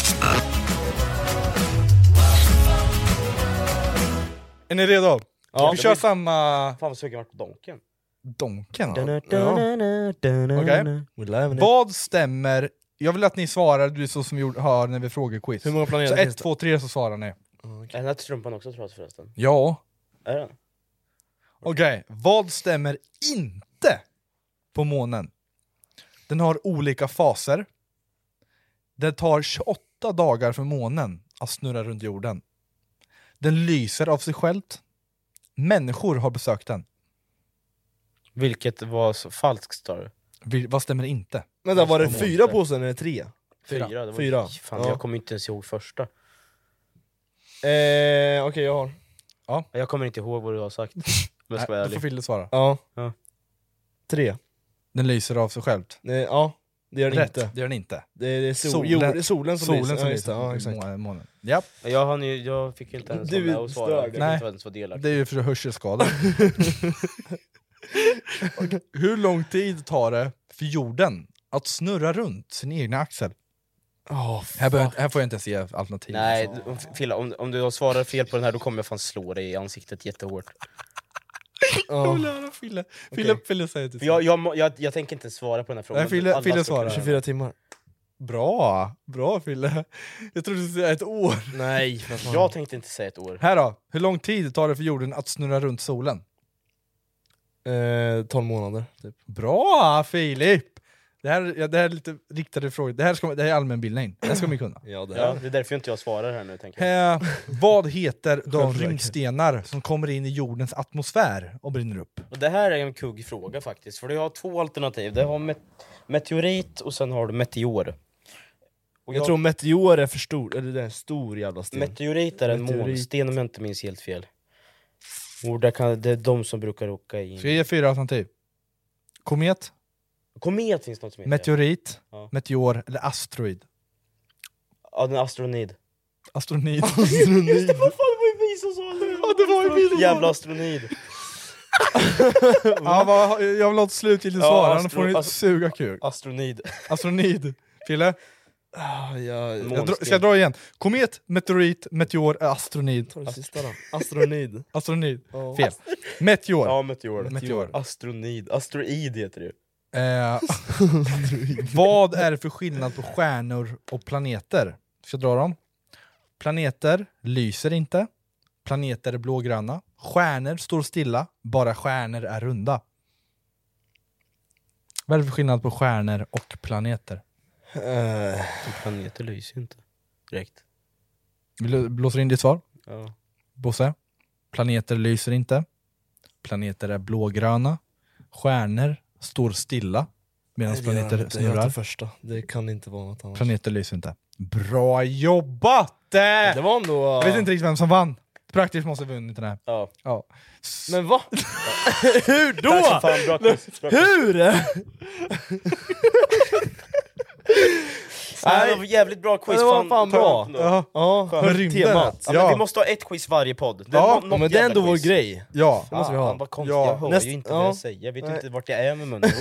Är ni redo? Ja. Vi kör samma... Fan vad sugen jag varit på Donken. Donken? Okej. Okej. We live in it. Vad stämmer... Jag vill att ni svarar du så som vi gjorde- har när vi frågar quiz. Hur många Så planeter ett, finns det? två, tre så svarar ni. Är den här strumpan också trasig förresten? Ja. Är den? Okej, vad stämmer inte på månen? Den har olika faser. Det tar tjugoåtta dagar för månen att snurra runt jorden. Den lyser av sig självt. Människor har besökt den. Vilket var så falskt sa du? Vi- Vad stämmer inte? Vänta, var det Måste. fyra på sen eller tre? Fyra. Fyra. Det var, Fyra. Fan, Ja. jag kommer inte ens ihåg första. Eh, Okej, jag har. Jag kommer inte ihåg vad du har sagt. Men jag ska vara Nej, då får ärlig. Fille svara. Ja. Ja. Tre. Den lyser av sig självt. Nej, ja, det gör den Rätt, inte. det gör den inte. Det är, det är sol, Solen- solen, jord, solen som Solen lyser. som Ja, just det. lyser Ja, på exakt. må- månen. Ja, Jag, hann ju, jag fick ju inte ens vara Du med och svara. Jag fick Nej. inte ens vara delaktig. det är ju för hörselskada. Hur lång tid tar det för jorden att snurra runt sin egna axel? Oh, Här, behöver, här får jag inte se alternativ. Nej, alltså. du- Filla, om, om du har svarat fel på den här då kommer jag fan slå dig i ansiktet jättehårt. Jag vill höra Fille. Fille, Fille säger till För jag, jag, må- jag, jag tänker inte svara på den här frågan. Nej, Fille- Alla Fille ska svarar. kunna- tjugofyra timmar. Bra, bra Fille. Jag trodde du skulle säga ett år. Nej, vad fan. Jag tänkte inte säga ett år. Här då, hur lång tid tar det för jorden att snurra runt solen? Eh, tolv månader, typ. Bra Filip! Det här, ja, det här är lite riktade frågor, det här, ska, det här är allmänbildning, det här ska man kunna. Ja, det Ja, här. det är därför inte jag svarar här nu tänker jag. Eh, vad heter de Självklart. rymdstenar som kommer in i jordens atmosfär och brinner upp? Och det här är en kuggfråga faktiskt, för du har två alternativ. Det har met- meteorit och sen har du meteor. Och Jag tror meteor är för stor, eller det är en stor jävla sten. meteorit är en Meteorit. månsten om jag inte minns helt fel. Och där kan, det är de som brukar åka in. Ska jag ge fyra alternativ? Komet, Komet finns något som heter. meteorit, Ja. meteor eller asteroid? Ja, den är astronid. Astronid. Vad fan, det var ju vi som sa det! Ja, det var ju vi som Jävla astronid. Ja, vad, jag vill ha ett slutgiltigt Ja, svar, annars astro- får ni ast- suga kuk. Astronid. Astronid. Fille? Ah, jag, Må- Jag dra, ska jag dra igen? Komet, meteorit, meteor, astronid. tar det sista då. Astronid. Astronid. Ja. Fel. Meteor. Ja, meteor. Meteor. Astronid. Asteroid heter det ju. Eh, vad är det för skillnad på stjärnor och planeter? Ska jag dra dem? Planeter lyser inte. Planeter är blågröna. Stjärnor står stilla. Bara stjärnor är runda. Vad är det för skillnad på stjärnor och planeter? Eh, Planeter lyser ju inte. Direkt. Vill du blåsa in ditt svar? Ja. Bosse? Planeter lyser inte. Planeter är blågröna. Stjärnor står stilla. Medan det gör jag planeter inte. Jag gör snurrar. det första. Det kan inte vara något annat. Planeter lyser inte. Bra jobbat! Det Det var ändå... Jag vet inte riktigt vem som vann. Praktiskt måste ha vunnit den här. Ja. Ja. Men va? Hur Tack så då? fan, bra quiz. Bra quiz. Hur? Fan, det var jävligt bra quiz. Det var fan bra. Ja, Ja, med rymden. temat. Ja, men Ja. vi måste ha ett quiz varje podd. Det Ja, är nå- något Men det är jävla ändå vår quiz. grej. Ja. Det måste vi ha. Fan, vad konstigt, Ja. jag hör Näst- ju inte ja. vad jag säger. Jag vet Nej. inte vart jag är med munnen.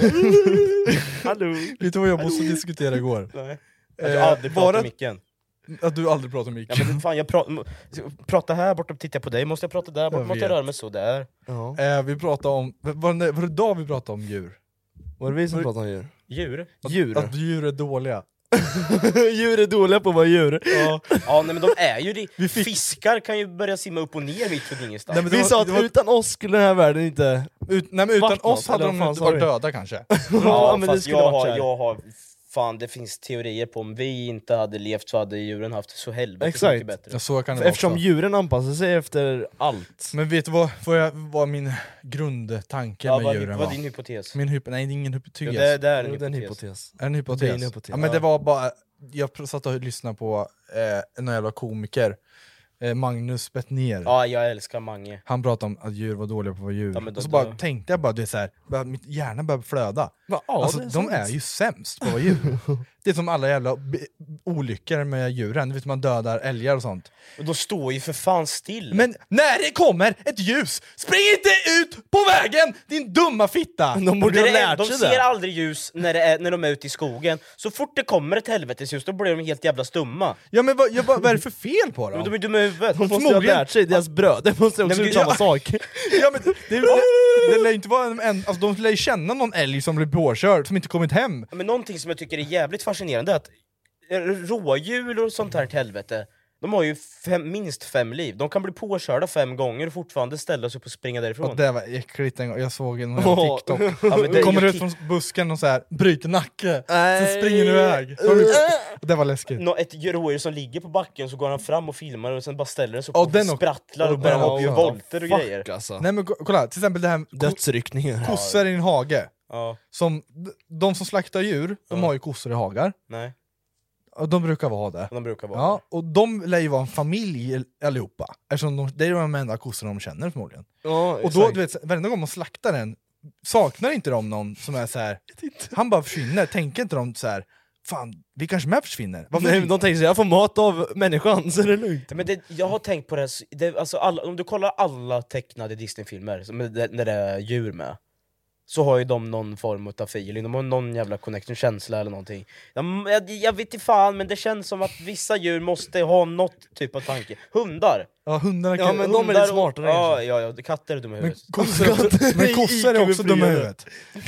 Hallå. Vet du vad jag måste diskutera igår? Nej. Jag Eh, har aldrig pratat bara- i micken. Att du aldrig pratar om Ja, mick. men fan, jag pra- pratar här borta och tittar på dig, måste jag prata där borta, Jag måste jag vet. röra mig så där. Ja. Eh, vi pratade om, var det, var det idag vi pratade om djur? Var det vi som pratade om djur? Djur? Djur? Att djur är dåliga. Djur är dåliga på att vara djur. Ja. Ja, nej, men de är ju det. Vi fick- Fiskar kan ju börja simma upp och ner mitt för ingenstans. Nej, men det Vi var- sa att det var- utan oss skulle den här världen inte... Ut, nej men utan Vart oss något, hade eller de vad fan inte sa varit du? döda kanske. Ja, Ja, men det fast skulle jag varit så har, här. jag har, fan det finns teorier på om vi inte hade levt så hade djuren haft så helvete Exakt. mycket bättre. Ja, så kan det vara Eftersom också. djuren anpassar sig efter allt. Men vet du vad, vad, jag, vad min grundtanke Ja, med vad, djuren vad var? är din hypotes? Min hyp, nej det är ingen Jo, hypotes. det, det är en Det är en hypotes. hypotes. En hypotes. Det är en hypotes. Ja, men det var bara, jag pr- satt och lyssnade på eh, en jävla komiker, eh, Magnus Bettner. Ja, jag älskar Mange. Han pratade om att djur var dåliga på att vara djur. Ja, men då- och så bara då- tänkte jag bara, det är så här, bara, mitt hjärna började flöda. Ja, alltså, det är de sant. är ju sämst på att vara djur. Det är som alla jävla b- olyckor med djuren, du vet man dödar älgar och sånt. Och de står ju för fan still. Men när det kommer ett ljus, spring inte ut på vägen din dumma fitta! De borde När ha det är, lärt de sig ser det. aldrig ljus när, det är, när de är ute i skogen. Så fort det kommer ett helvetesljus då blir de helt jävla stumma. Ja men vad, jag, bara, vad är det för fel på Men de dem? är dumma i huvudet. De måste ju ha Förmodligen- lärt sig, deras bröd, det måste också Nej, men gjort du- samma ja. sak. Ja, men det, det, det lär inte vara en, en, alltså, de lär ju känna någon älg som blir påkörd, som inte kommit hem. Men någonting som jag tycker är jävligt fascinerande är att eh, rådjur och sånt här till helvete, de har ju fem, minst fem liv. De kan bli påkörda fem gånger och fortfarande ställa sig upp och springa därifrån. Och det var äckligt en gång, jag såg en jävla Åh. TikTok. Ja, men det- Kommer jag ut från busken och så här bryter nacke, Nej. så springer du iväg. Så har du- Det var läskigt. Nå, ett rådjur som ligger på backen så går han fram och filmar och sen bara ställer sig upp Ja, och den och- sprattlar och och börjar den hoppa och göra också. volter och grejer. Fuck alltså. Nej men ko- kolla, till exempel det här ko- Dödsryckningar. kossor i en hage. Ja, Som, de som slaktar djur, de Ja. har ju kossor i hagar. nej, Och de brukar vara det. de brukar vara. Ja, och de lär ju vara en familj allihopa. Eftersom de, det är de enda kossorna de känner förmodligen. Ja, Och då, exakt. du vet, varenda gång man slaktar en, saknar inte de någon som är så här. Han bara försvinner, tänker inte de så här. Fan, vi kanske med försvinner? Varför? Nej, men de tänker sig jag får mat av människan så är det lugnt. Men det, jag har tänkt på det, här, det alltså alla, om du kollar alla tecknade Disney-filmer som är det- när det är djur med, så har ju de någon form av feeling, de har någon jävla connection, känsla eller någonting. Jag, jag, jag vet inte fan, men det känns som att vissa djur måste ha något typ av tanke. Hundar! Ja, hundarna kan... Ja, men de är Hundar lite och- smartare Ja, kanske. ja, ja, katter är dumma i men huvudet. kossor, också, men kossor är också dumma i huvudet.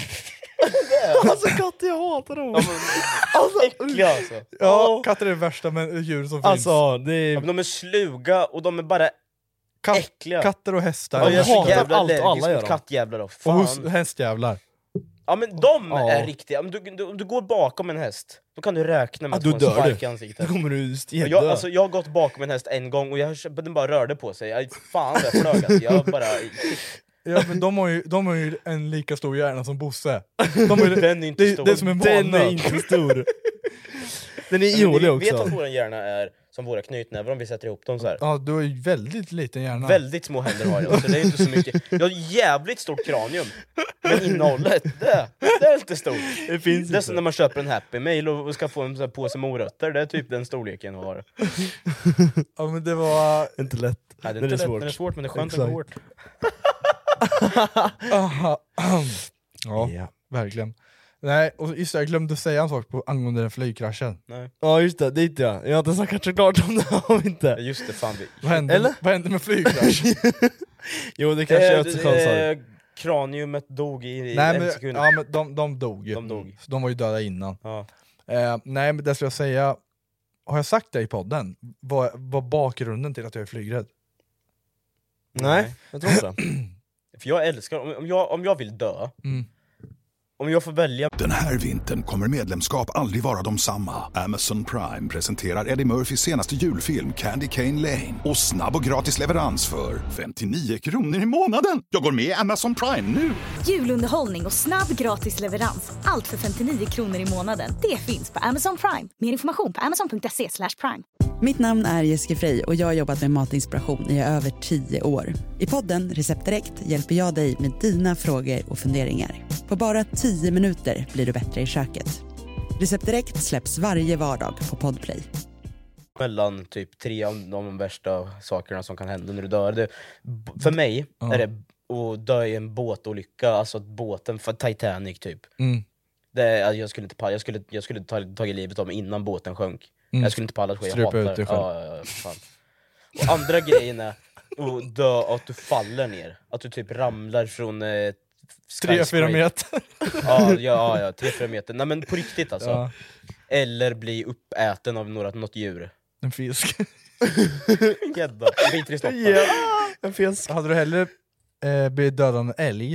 Alltså katter, jag hatar dem. Alltså, äckliga alltså. Ja, katter är det värsta med djur som finns. Alltså, det är... Ja, men de är sluga och de är bara Kat- äckliga. Katter och hästar. Ja, jag är så hatar jävla allt och alla allergisk gör mot dem. kattjävlar då. och Fan. hos, hästjävlar. Ja men de Ja. är riktiga, om du, du, om du går bakom en häst, då kan du räkna med Ja, att då få en dör spark du. i Då ansiktet. kommer du Och stjädda. jag, alltså, jag har gått bakom en häst en gång och jag, den bara rörde på sig, jag, fan vad jag flög alltså. Jag bara... Ja, men de har, ju, de har ju en lika stor hjärna som Bosse. De har ju, Den är inte det, stor. det är som en Den är valnöt. inte stor. Den är Men ihålig ni vet också. att vår hjärna är som våra knytnävar om vi sätter ihop dem så här. Ja, du har ju väldigt liten hjärna. Väldigt små händer har jag, så det är inte så mycket. Jag har jävligt stort kranium, men innehållet, det, det är inte stort. Det finns Det är inte. som när man köper en Happy Meal och ska få en sån här påse morötter, det är typ den storleken jag har. Ja, men det var... Inte lätt. Nej, det är Den inte är lätt, svårt. den är svårt men det är skönt att Exakt. gå hårt. Aha. Ja, Ja. verkligen. Nej, och just det, jag glömde säga en sak på, angående den flygkraschen. Nej. Ja just det, dit ja. Jag har inte snackat så klart om det, har vi inte. Just det, fan vi... Vad hände, Eller? vad hände med flygkrasch? Jo det kanske är Eh, Östersjön sa du. eh, Kraniumet dog i, i Nej, en men, sekund. ja, men de, de dog ju. De dog. Så de var ju döda innan. Ja. Eh, nej, men det skulle jag säga, har jag sagt det i podden? Vad var bakgrunden till att jag är flygrädd? Nej, jag tror inte det. För jag älskar, om, om, jag, om jag vill dö, Mm. om jag får välja. Den här vintern kommer medlemskap aldrig vara de samma. Amazon Prime presenterar Eddie Murphys senaste julfilm Candy Cane Lane. Och snabb och gratis leverans för femtionio kronor i månaden. Jag går med i Amazon Prime nu! Julunderhållning och snabb gratis leverans. Allt för femtionio kronor i månaden. Det finns på Amazon Prime. Mer information på amazon punkt se slash prime. Mitt namn är Jessica Frey och jag har jobbat med matinspiration i över tio år. I podden Recept Direkt hjälper jag dig med dina frågor och funderingar. På bara tio minuter blir du bättre i köket. Recept Direkt släpps varje vardag på Podplay. Mellan typ tre av de värsta sakerna som kan hända när du dör. Det, för mig Ja. är det att dö i en båtolycka, alltså att båten för Titanic typ. Mm. Det är, jag skulle inte palla, jag skulle, jag skulle ta tagit livet av mig innan båten sjönk. Mm. Jag skulle inte palla att ske, jag Strypa hatar ut dig själv. ja, ja, ja, fan. Och andra grejen är att dö att du faller ner. Att du typ ramlar från eh, Tre, fyra meter. Ja, ja, ja, tre, fyra meter. Nej men på riktigt alltså. Ja. Eller bli uppäten av några, något djur. En fisk. Gädda, biter i snoppen. Ja, en fisk. Hade du hellre eh, blivit dödad av en älg?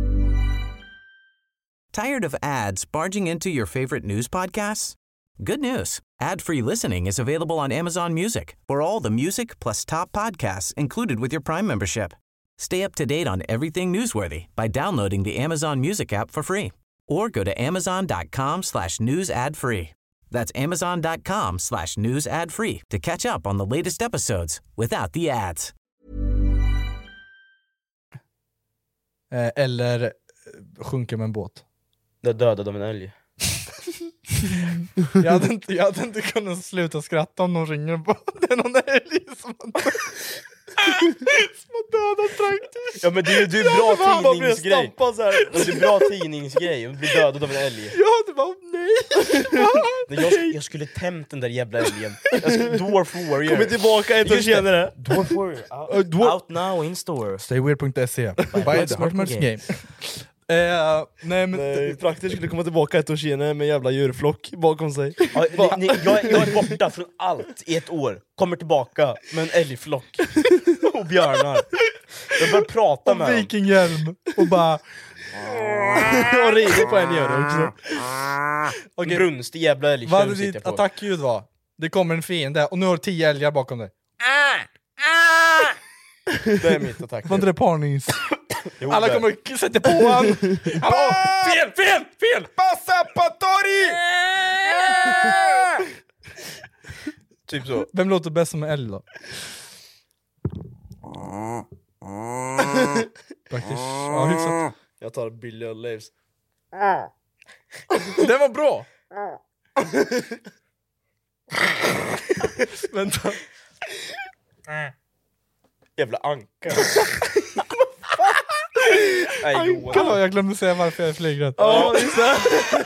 Tired of ads barging into your favorite news podcasts? Good news. Ad-free listening is available on Amazon Music for all the music plus top podcasts included with your Prime membership. Stay up to date on everything newsworthy by downloading the Amazon Music app for free or go to amazon.com slash news ad free. That's amazon.com slash news ad free to catch up on the latest episodes without the ads. Eh, eller eh, sjunka med en båt? Det är dödad av en älg. jag, hade inte, jag hade inte kunnat sluta skratta om någon ringer på. Det är någon älg som har, som har dödat traktor. Ja men det är ju en bra tidningsgrej. Det är en bra tidningsgrej att bli dödad av en älg. Ja, det var nej. Nej, jag, jag skulle tämt den där jävla älgen. Jag skulle, Dwarf Warrior. Kommer tillbaka ett år senare. Dwarf Warrior. Out, Uh, dwarf- out now in store. Stayweird punkt se. Buy the Heartmarks game. Eh, nej men Nej, Praktiskt skulle komma tillbaka ett år senare med en jävla djurflock bakom sig. Ja, ni, ni, jag, jag är borta från allt i ett år. Kommer tillbaka med en älgflock. Och björnar. Jag börjar prata med och dem. vikinghjälm. Och bara... Och rider på en gör det också. Okej, Brunstig jävla vad älgtjur hade sitter ditt jag på. attackljud var? Det kommer en fiende och nu har du tio älgar bakom dig. Det är mitt attack. Var inte det parnings? Jo, Alla det. kommer och sätter på han. Hallå! Fel, fel, fel! Passa Patori! Typ så. Vem låter bäst som en älg då? Faktiskt. Ja, hyfsat. Jag tar Billy och Leifs. Den var bra! Vänta. Jävla anka. Nej, Johan. Hallå, jag glömde säga varför jag är flygrädd. Ja, just det.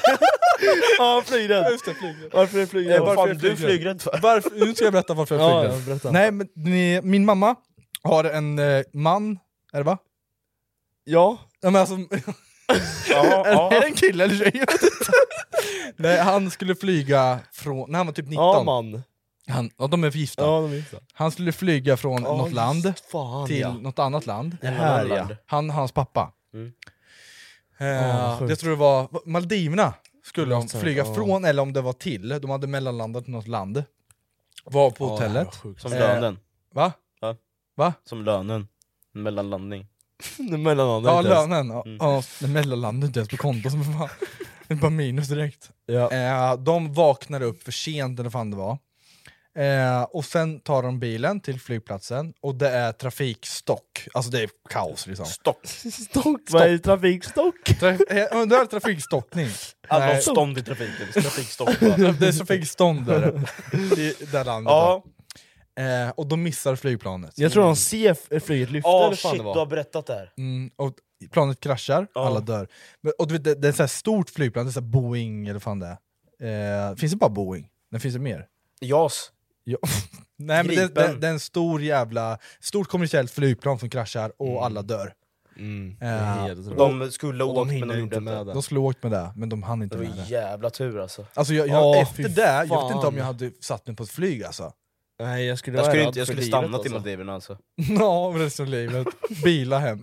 Ja, flygrädd. Just det, flygrädd. Varför är Eh, flygrädd? vad varför fan är är du flygrädd? flygrädd för? Varför, nu ska jag berätta varför jag är Ja, flygrädd. ja, berätta. Nej, men ni, min mamma har en eh, man, är det va? Ja. Ja, men alltså, Ja, är det ja. en kille eller tjej? Jag vet inte. Nej, han skulle flyga från, när han var typ nitton. Ja, man. Han, och de är gifta. Ja, de är gifta. Han skulle flyga från Ja, något land just fan, till ja. något annat land. Det här, ja. Han, hans pappa. Mm. Eh, Ja, sjukt. jag tror det var Maldiverna skulle de Något flyga sånt, från, eller om det var till. De hade mellanlandat i något land. Var på Ja, hotellet. det var sjukt. Som Eh, lönen. Va? Va? Va? Som lönen. Mellanlandning. Mellanlandet. Ja, inte ens. lönen. Ja, Mm. ja, men mellanlandet inte ens på konto som fan. Det är bara minus direkt. Ja. Eh, de vaknar upp för sent, eller fan det var. Eh, och sen tar de bilen till flygplatsen och det är trafikstock. Alltså det är kaos liksom. Stock. Stock. Vad är trafikstock? Traf- eh, det är trafikstockning. Alla Nej. stånd i trafiken. Trafikstock bara. Det är trafikstånd där. I det landet. Ja. Eh, och de missar flygplanet. Jag tror de ser f- flyget lyfta Åh eller fan shit, det du var. har berättat det här. Mm, och planet kraschar, Ja. alla dör. Men, och du vet, det, det är ett så här stort flygplan, det är så här Boeing eller fan det är. Eh, finns det bara Boeing? Men finns det mer? Jas. Ja. Nej men det, Gripen. det, det är en stor jävla, stort kommersiellt flygplan som kraschar och alla dör. Mm. Eh, Det är helt otroligt. De skulle ha Och de åkt men hinner de inte gjorde med inte. det. De skulle ha åkt med det, men de hann Det inte var med det. jävla tur alltså. Alltså jag, jag, Åh, efter fy det, jag vet fan. inte om jag hade satt mig på ett flyg alltså. Nej, jag skulle Jag vara skulle, rädd inte, jag för skulle livet, stanna till alltså. Maldiverna alltså. Ja, resten av livet. Bila hem.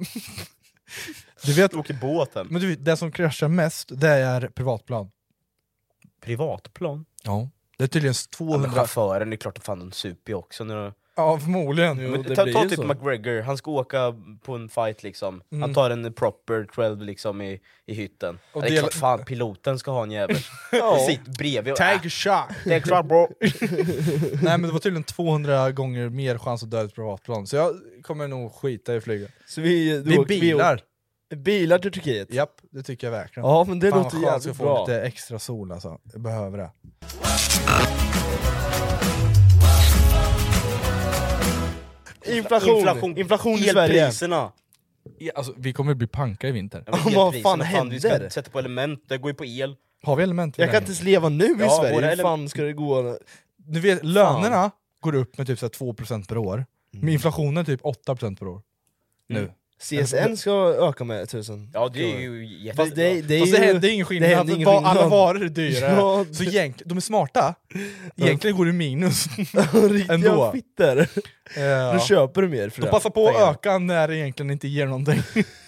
Du vet, Du åker båt hem. men du vet, det som kraschar mest, det är privatplan. Privatplan? Ja. Det är tydligen Ja, men tvåhundra... chauffören, det är klart att fan de super ju också. När de... Ja, förmodligen. Jo, Men det ta blir ta ju typ så. McGregor, han ska åka på en fight liksom. Mm. Han tar en proper tolv liksom i, i hytten. Och det är del- klart fan piloten ska ha en jävel. Ja. Sitt bredvid och Take a shot! det är klart bro. Nej men det var tydligen tvåhundra gånger mer chans att dö i ett privatplan. Så jag kommer nog skita i flyget. Så vi, Det är bilar. Bilar till Turkiet. Japp, det tycker jag verkligen. Ja, men det Fan, låter vad skönt att jävligt få bra. lite extra sol alltså. Jag behöver det. Inflation. Inflation, Inflation i Sverige. Elpriserna. Ja, alltså, vi kommer bli panka i vinter. Ja, men Vad elpriserna, fan Vi händer? ska sätta på element, det går ju på el. Har vi element? Jag kan inte ens leva nu i Ja, Sverige. våra Hur ele- fan ska det gå? Du vet, lönerna går upp med typ så här två procent per år. Med inflationen typ åtta procent per år. Nu. Mm. C S N ska öka med tusen. Ja, det är ju Fast jättebra. det, det är Fast ju... det händer ingen skillnad, det händer ingen Va- alla skillnad. varor är dyrare. Ja, Så egent- de är smarta, egentligen går det minus. Riktiga Ändå. fitter. Ja. Då köper du mer för De det. passar på att pengar. öka när det egentligen inte ger någonting.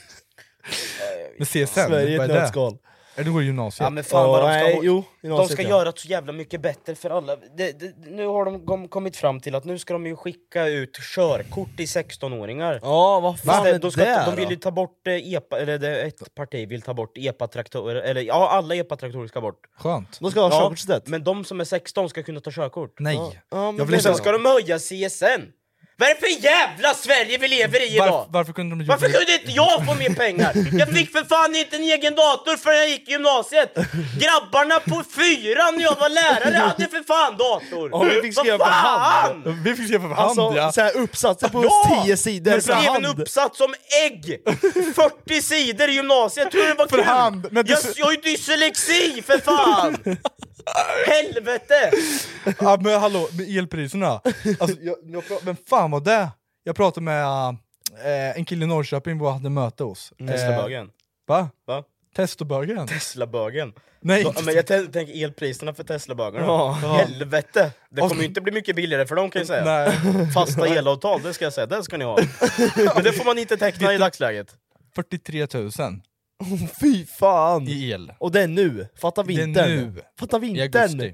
Med C S N, Sverige är vad ett är det? nötskal. Är det går i gymnasiet? Ja men fan vad de ska, nej, ha- jo, de ska göra så jävla mycket bättre för alla. Det, det, nu har de kom, kommit fram till att nu ska de ju skicka ut körkort i sexton-åringar. Ja, vad fan Va? är De, ska, det de vill då? ju ta bort eh, epa, eller det, ett parti vill ta bort epa-traktorer, eller ja, alla epa-traktorer ska bort. Skönt. De ska ha Ja, körkortsrätt. men de som är sexton ska kunna ta körkort. Nej. Ja, ja, men Jag vill det Och sen inte- ska de höja C S N! Vad är det för jävla Sverige vi lever i idag? Var, varför kunde de Varför kunde inte jag få mer pengar? Jag fick för fan inte en egen dator förrän jag gick i gymnasiet. Grabbarna på fyran när jag var lärare hade för fan dator. Ja, vi fick skriva Vad för fan? hand. Vi fick skriva för hand, Alltså, ja. så här uppsatser på Ja! tio sidor Jag för skrev en hand. uppsats om ägg! fyrtio sidor i gymnasiet, tror du det var För kul? hand, när du- Jag, jag har ju dyslexi för fan! Helvete! Ja men hallå, med elpriserna. Alltså, jag, jag, pra- men fan vad det? Jag pratade med äh, en kille i Norrköping och hade möte hos. Eh, Teslabögen. va? Va? Testobögen? Teslabögen. Nej. Ja, men jag tän- tänker elpriserna för Teslabögarna. Ja. Helvete! Det kommer ju inte bli mycket billigare för dem kan jag säga. Nej. Fasta elavtal, det ska jag säga, det ska ni ha. Men det får man inte teckna i dagsläget. fyrtiotre tusen Fy fan! i el. Och det är nu. Fatta Det är vintern. nu. Fatta I vintern. augusti.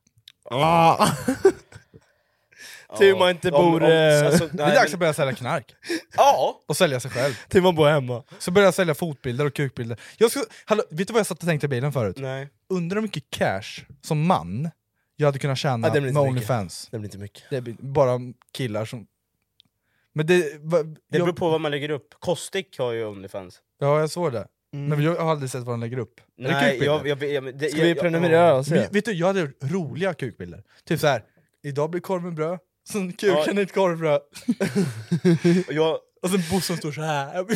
Ah. Tur man inte Om- bor... om- eh, alltså, Det är nej, dags att men- börja sälja knark. Ja! Och sälja sig själv. Tur man bor hemma. Så börjar jag sälja fotbilder och kukbilder. Jag ska, hallå, vet du vad jag satt och tänkte i bilen förut? Nej. Undrar hur mycket cash som man jag hade kunnat tjäna Ja, det blir med inte mycket. OnlyFans. Det blir inte mycket. Det blir bara killar som... Men det... Va, Det jag, beror på vad man lägger upp. Kostik har ju OnlyFans. ja, jag såg det. Mm. Men jag har aldrig sett vad de lägger upp. Är det Nej, kukbilder? jag, jag, jag, det, Ska vi jag, prenumerera och Men, se? vet du, jag hade roliga kukbilder. Typ så här. Idag blir korv med bröd. Sen kuken i ett korvbröd. jag, jag, Och sen Bossen står så här. eh, what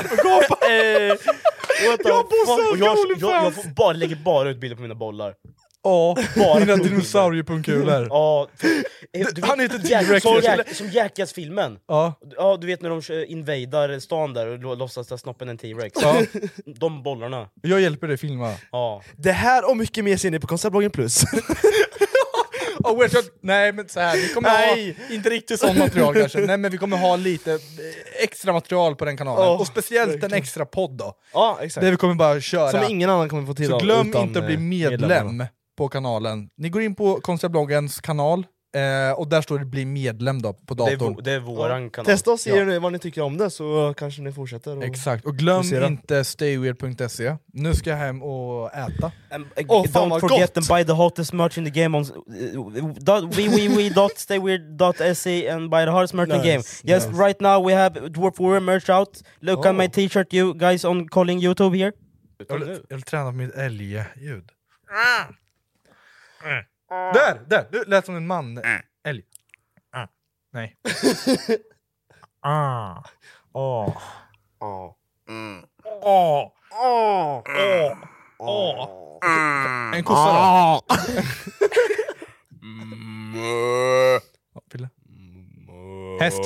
the Jag bossar fuck? Och jag, jag, jag, jag OnlyFans. får bara, lägger bara ut bilder på mina bollar. Ja, Bara mina kukbilder. dinosauriepungkulor. Ja, du Han vet, heter Jack- T-Rex. Som, Jack, som Jackass-filmen. Ja. Ja, du vet när de kör- invadar stan där och lo- låtsas att snoppen är en T-Rex. Ja. De bollarna. Jag hjälper dig filma. Ja. Det här och mycket mer ser ni på Konceptbloggen plus. Oh, wait, jag, nej men så här, vi kommer Nej. ha, inte riktigt sånt material kanske, nej men vi kommer ha lite eh, extra material på den kanalen, Oh, och speciellt verkligen. en extra podd då, Ja, exakt. där vi kommer bara köra. Som ingen annan kommer få till Så av glöm utan, inte att bli eh, medlem medlemmarna. på kanalen. Ni går in på Konstbloggens kanal, eh, och där står det bli medlem då på Det är, datorn. vo- det är våran kanal. Testa och se Ja. nu vad ni tycker om det, så kanske ni fortsätter. Och... Exakt, och glöm Fokusera. inte stayweird punkt se. Nu ska jag hem och äta. Um, Åh, fan don't vad forget gott. to buy the hottest merch in the game on uh, dot www dot stayweird dot se and buy the hottest merch in the game. Nice, Yes, nice. right now we have dwarf warrior merch out. Look Oh. at my t-shirt, you guys on calling YouTube here. Jag vill, jag vill träna på mitt älgljud. Där! Där! Du lät som en man. Älg. Nej. Ah. Åh. Åh. Åh. Åh. Åh. En kossa då. Ja, Pille. Häst.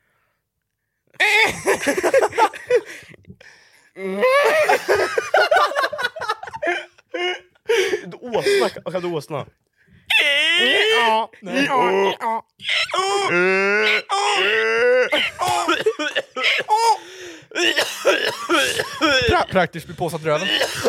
Åsna, kan du åsna? Pra praktiskt blir påsatt röven.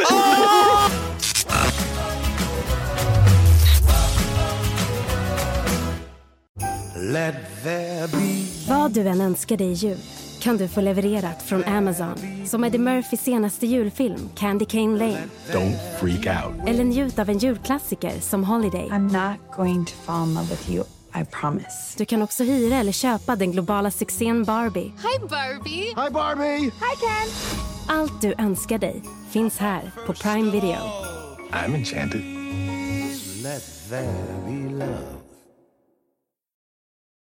Vad du än önskar dig i jul kan du få levererat från Amazon. Som Eddie Murphys senaste julfilm Candy Cane Lane. Don't freak out. Eller njut av en julklassiker som Holiday. I'm not going to fall in love with you, I promise. Du kan också hyra eller köpa den globala succén Barbie. Hi Barbie! Hi Barbie! Hi Ken! Allt du önskar dig finns här på Prime Video. I'm enchanted. Let there be love.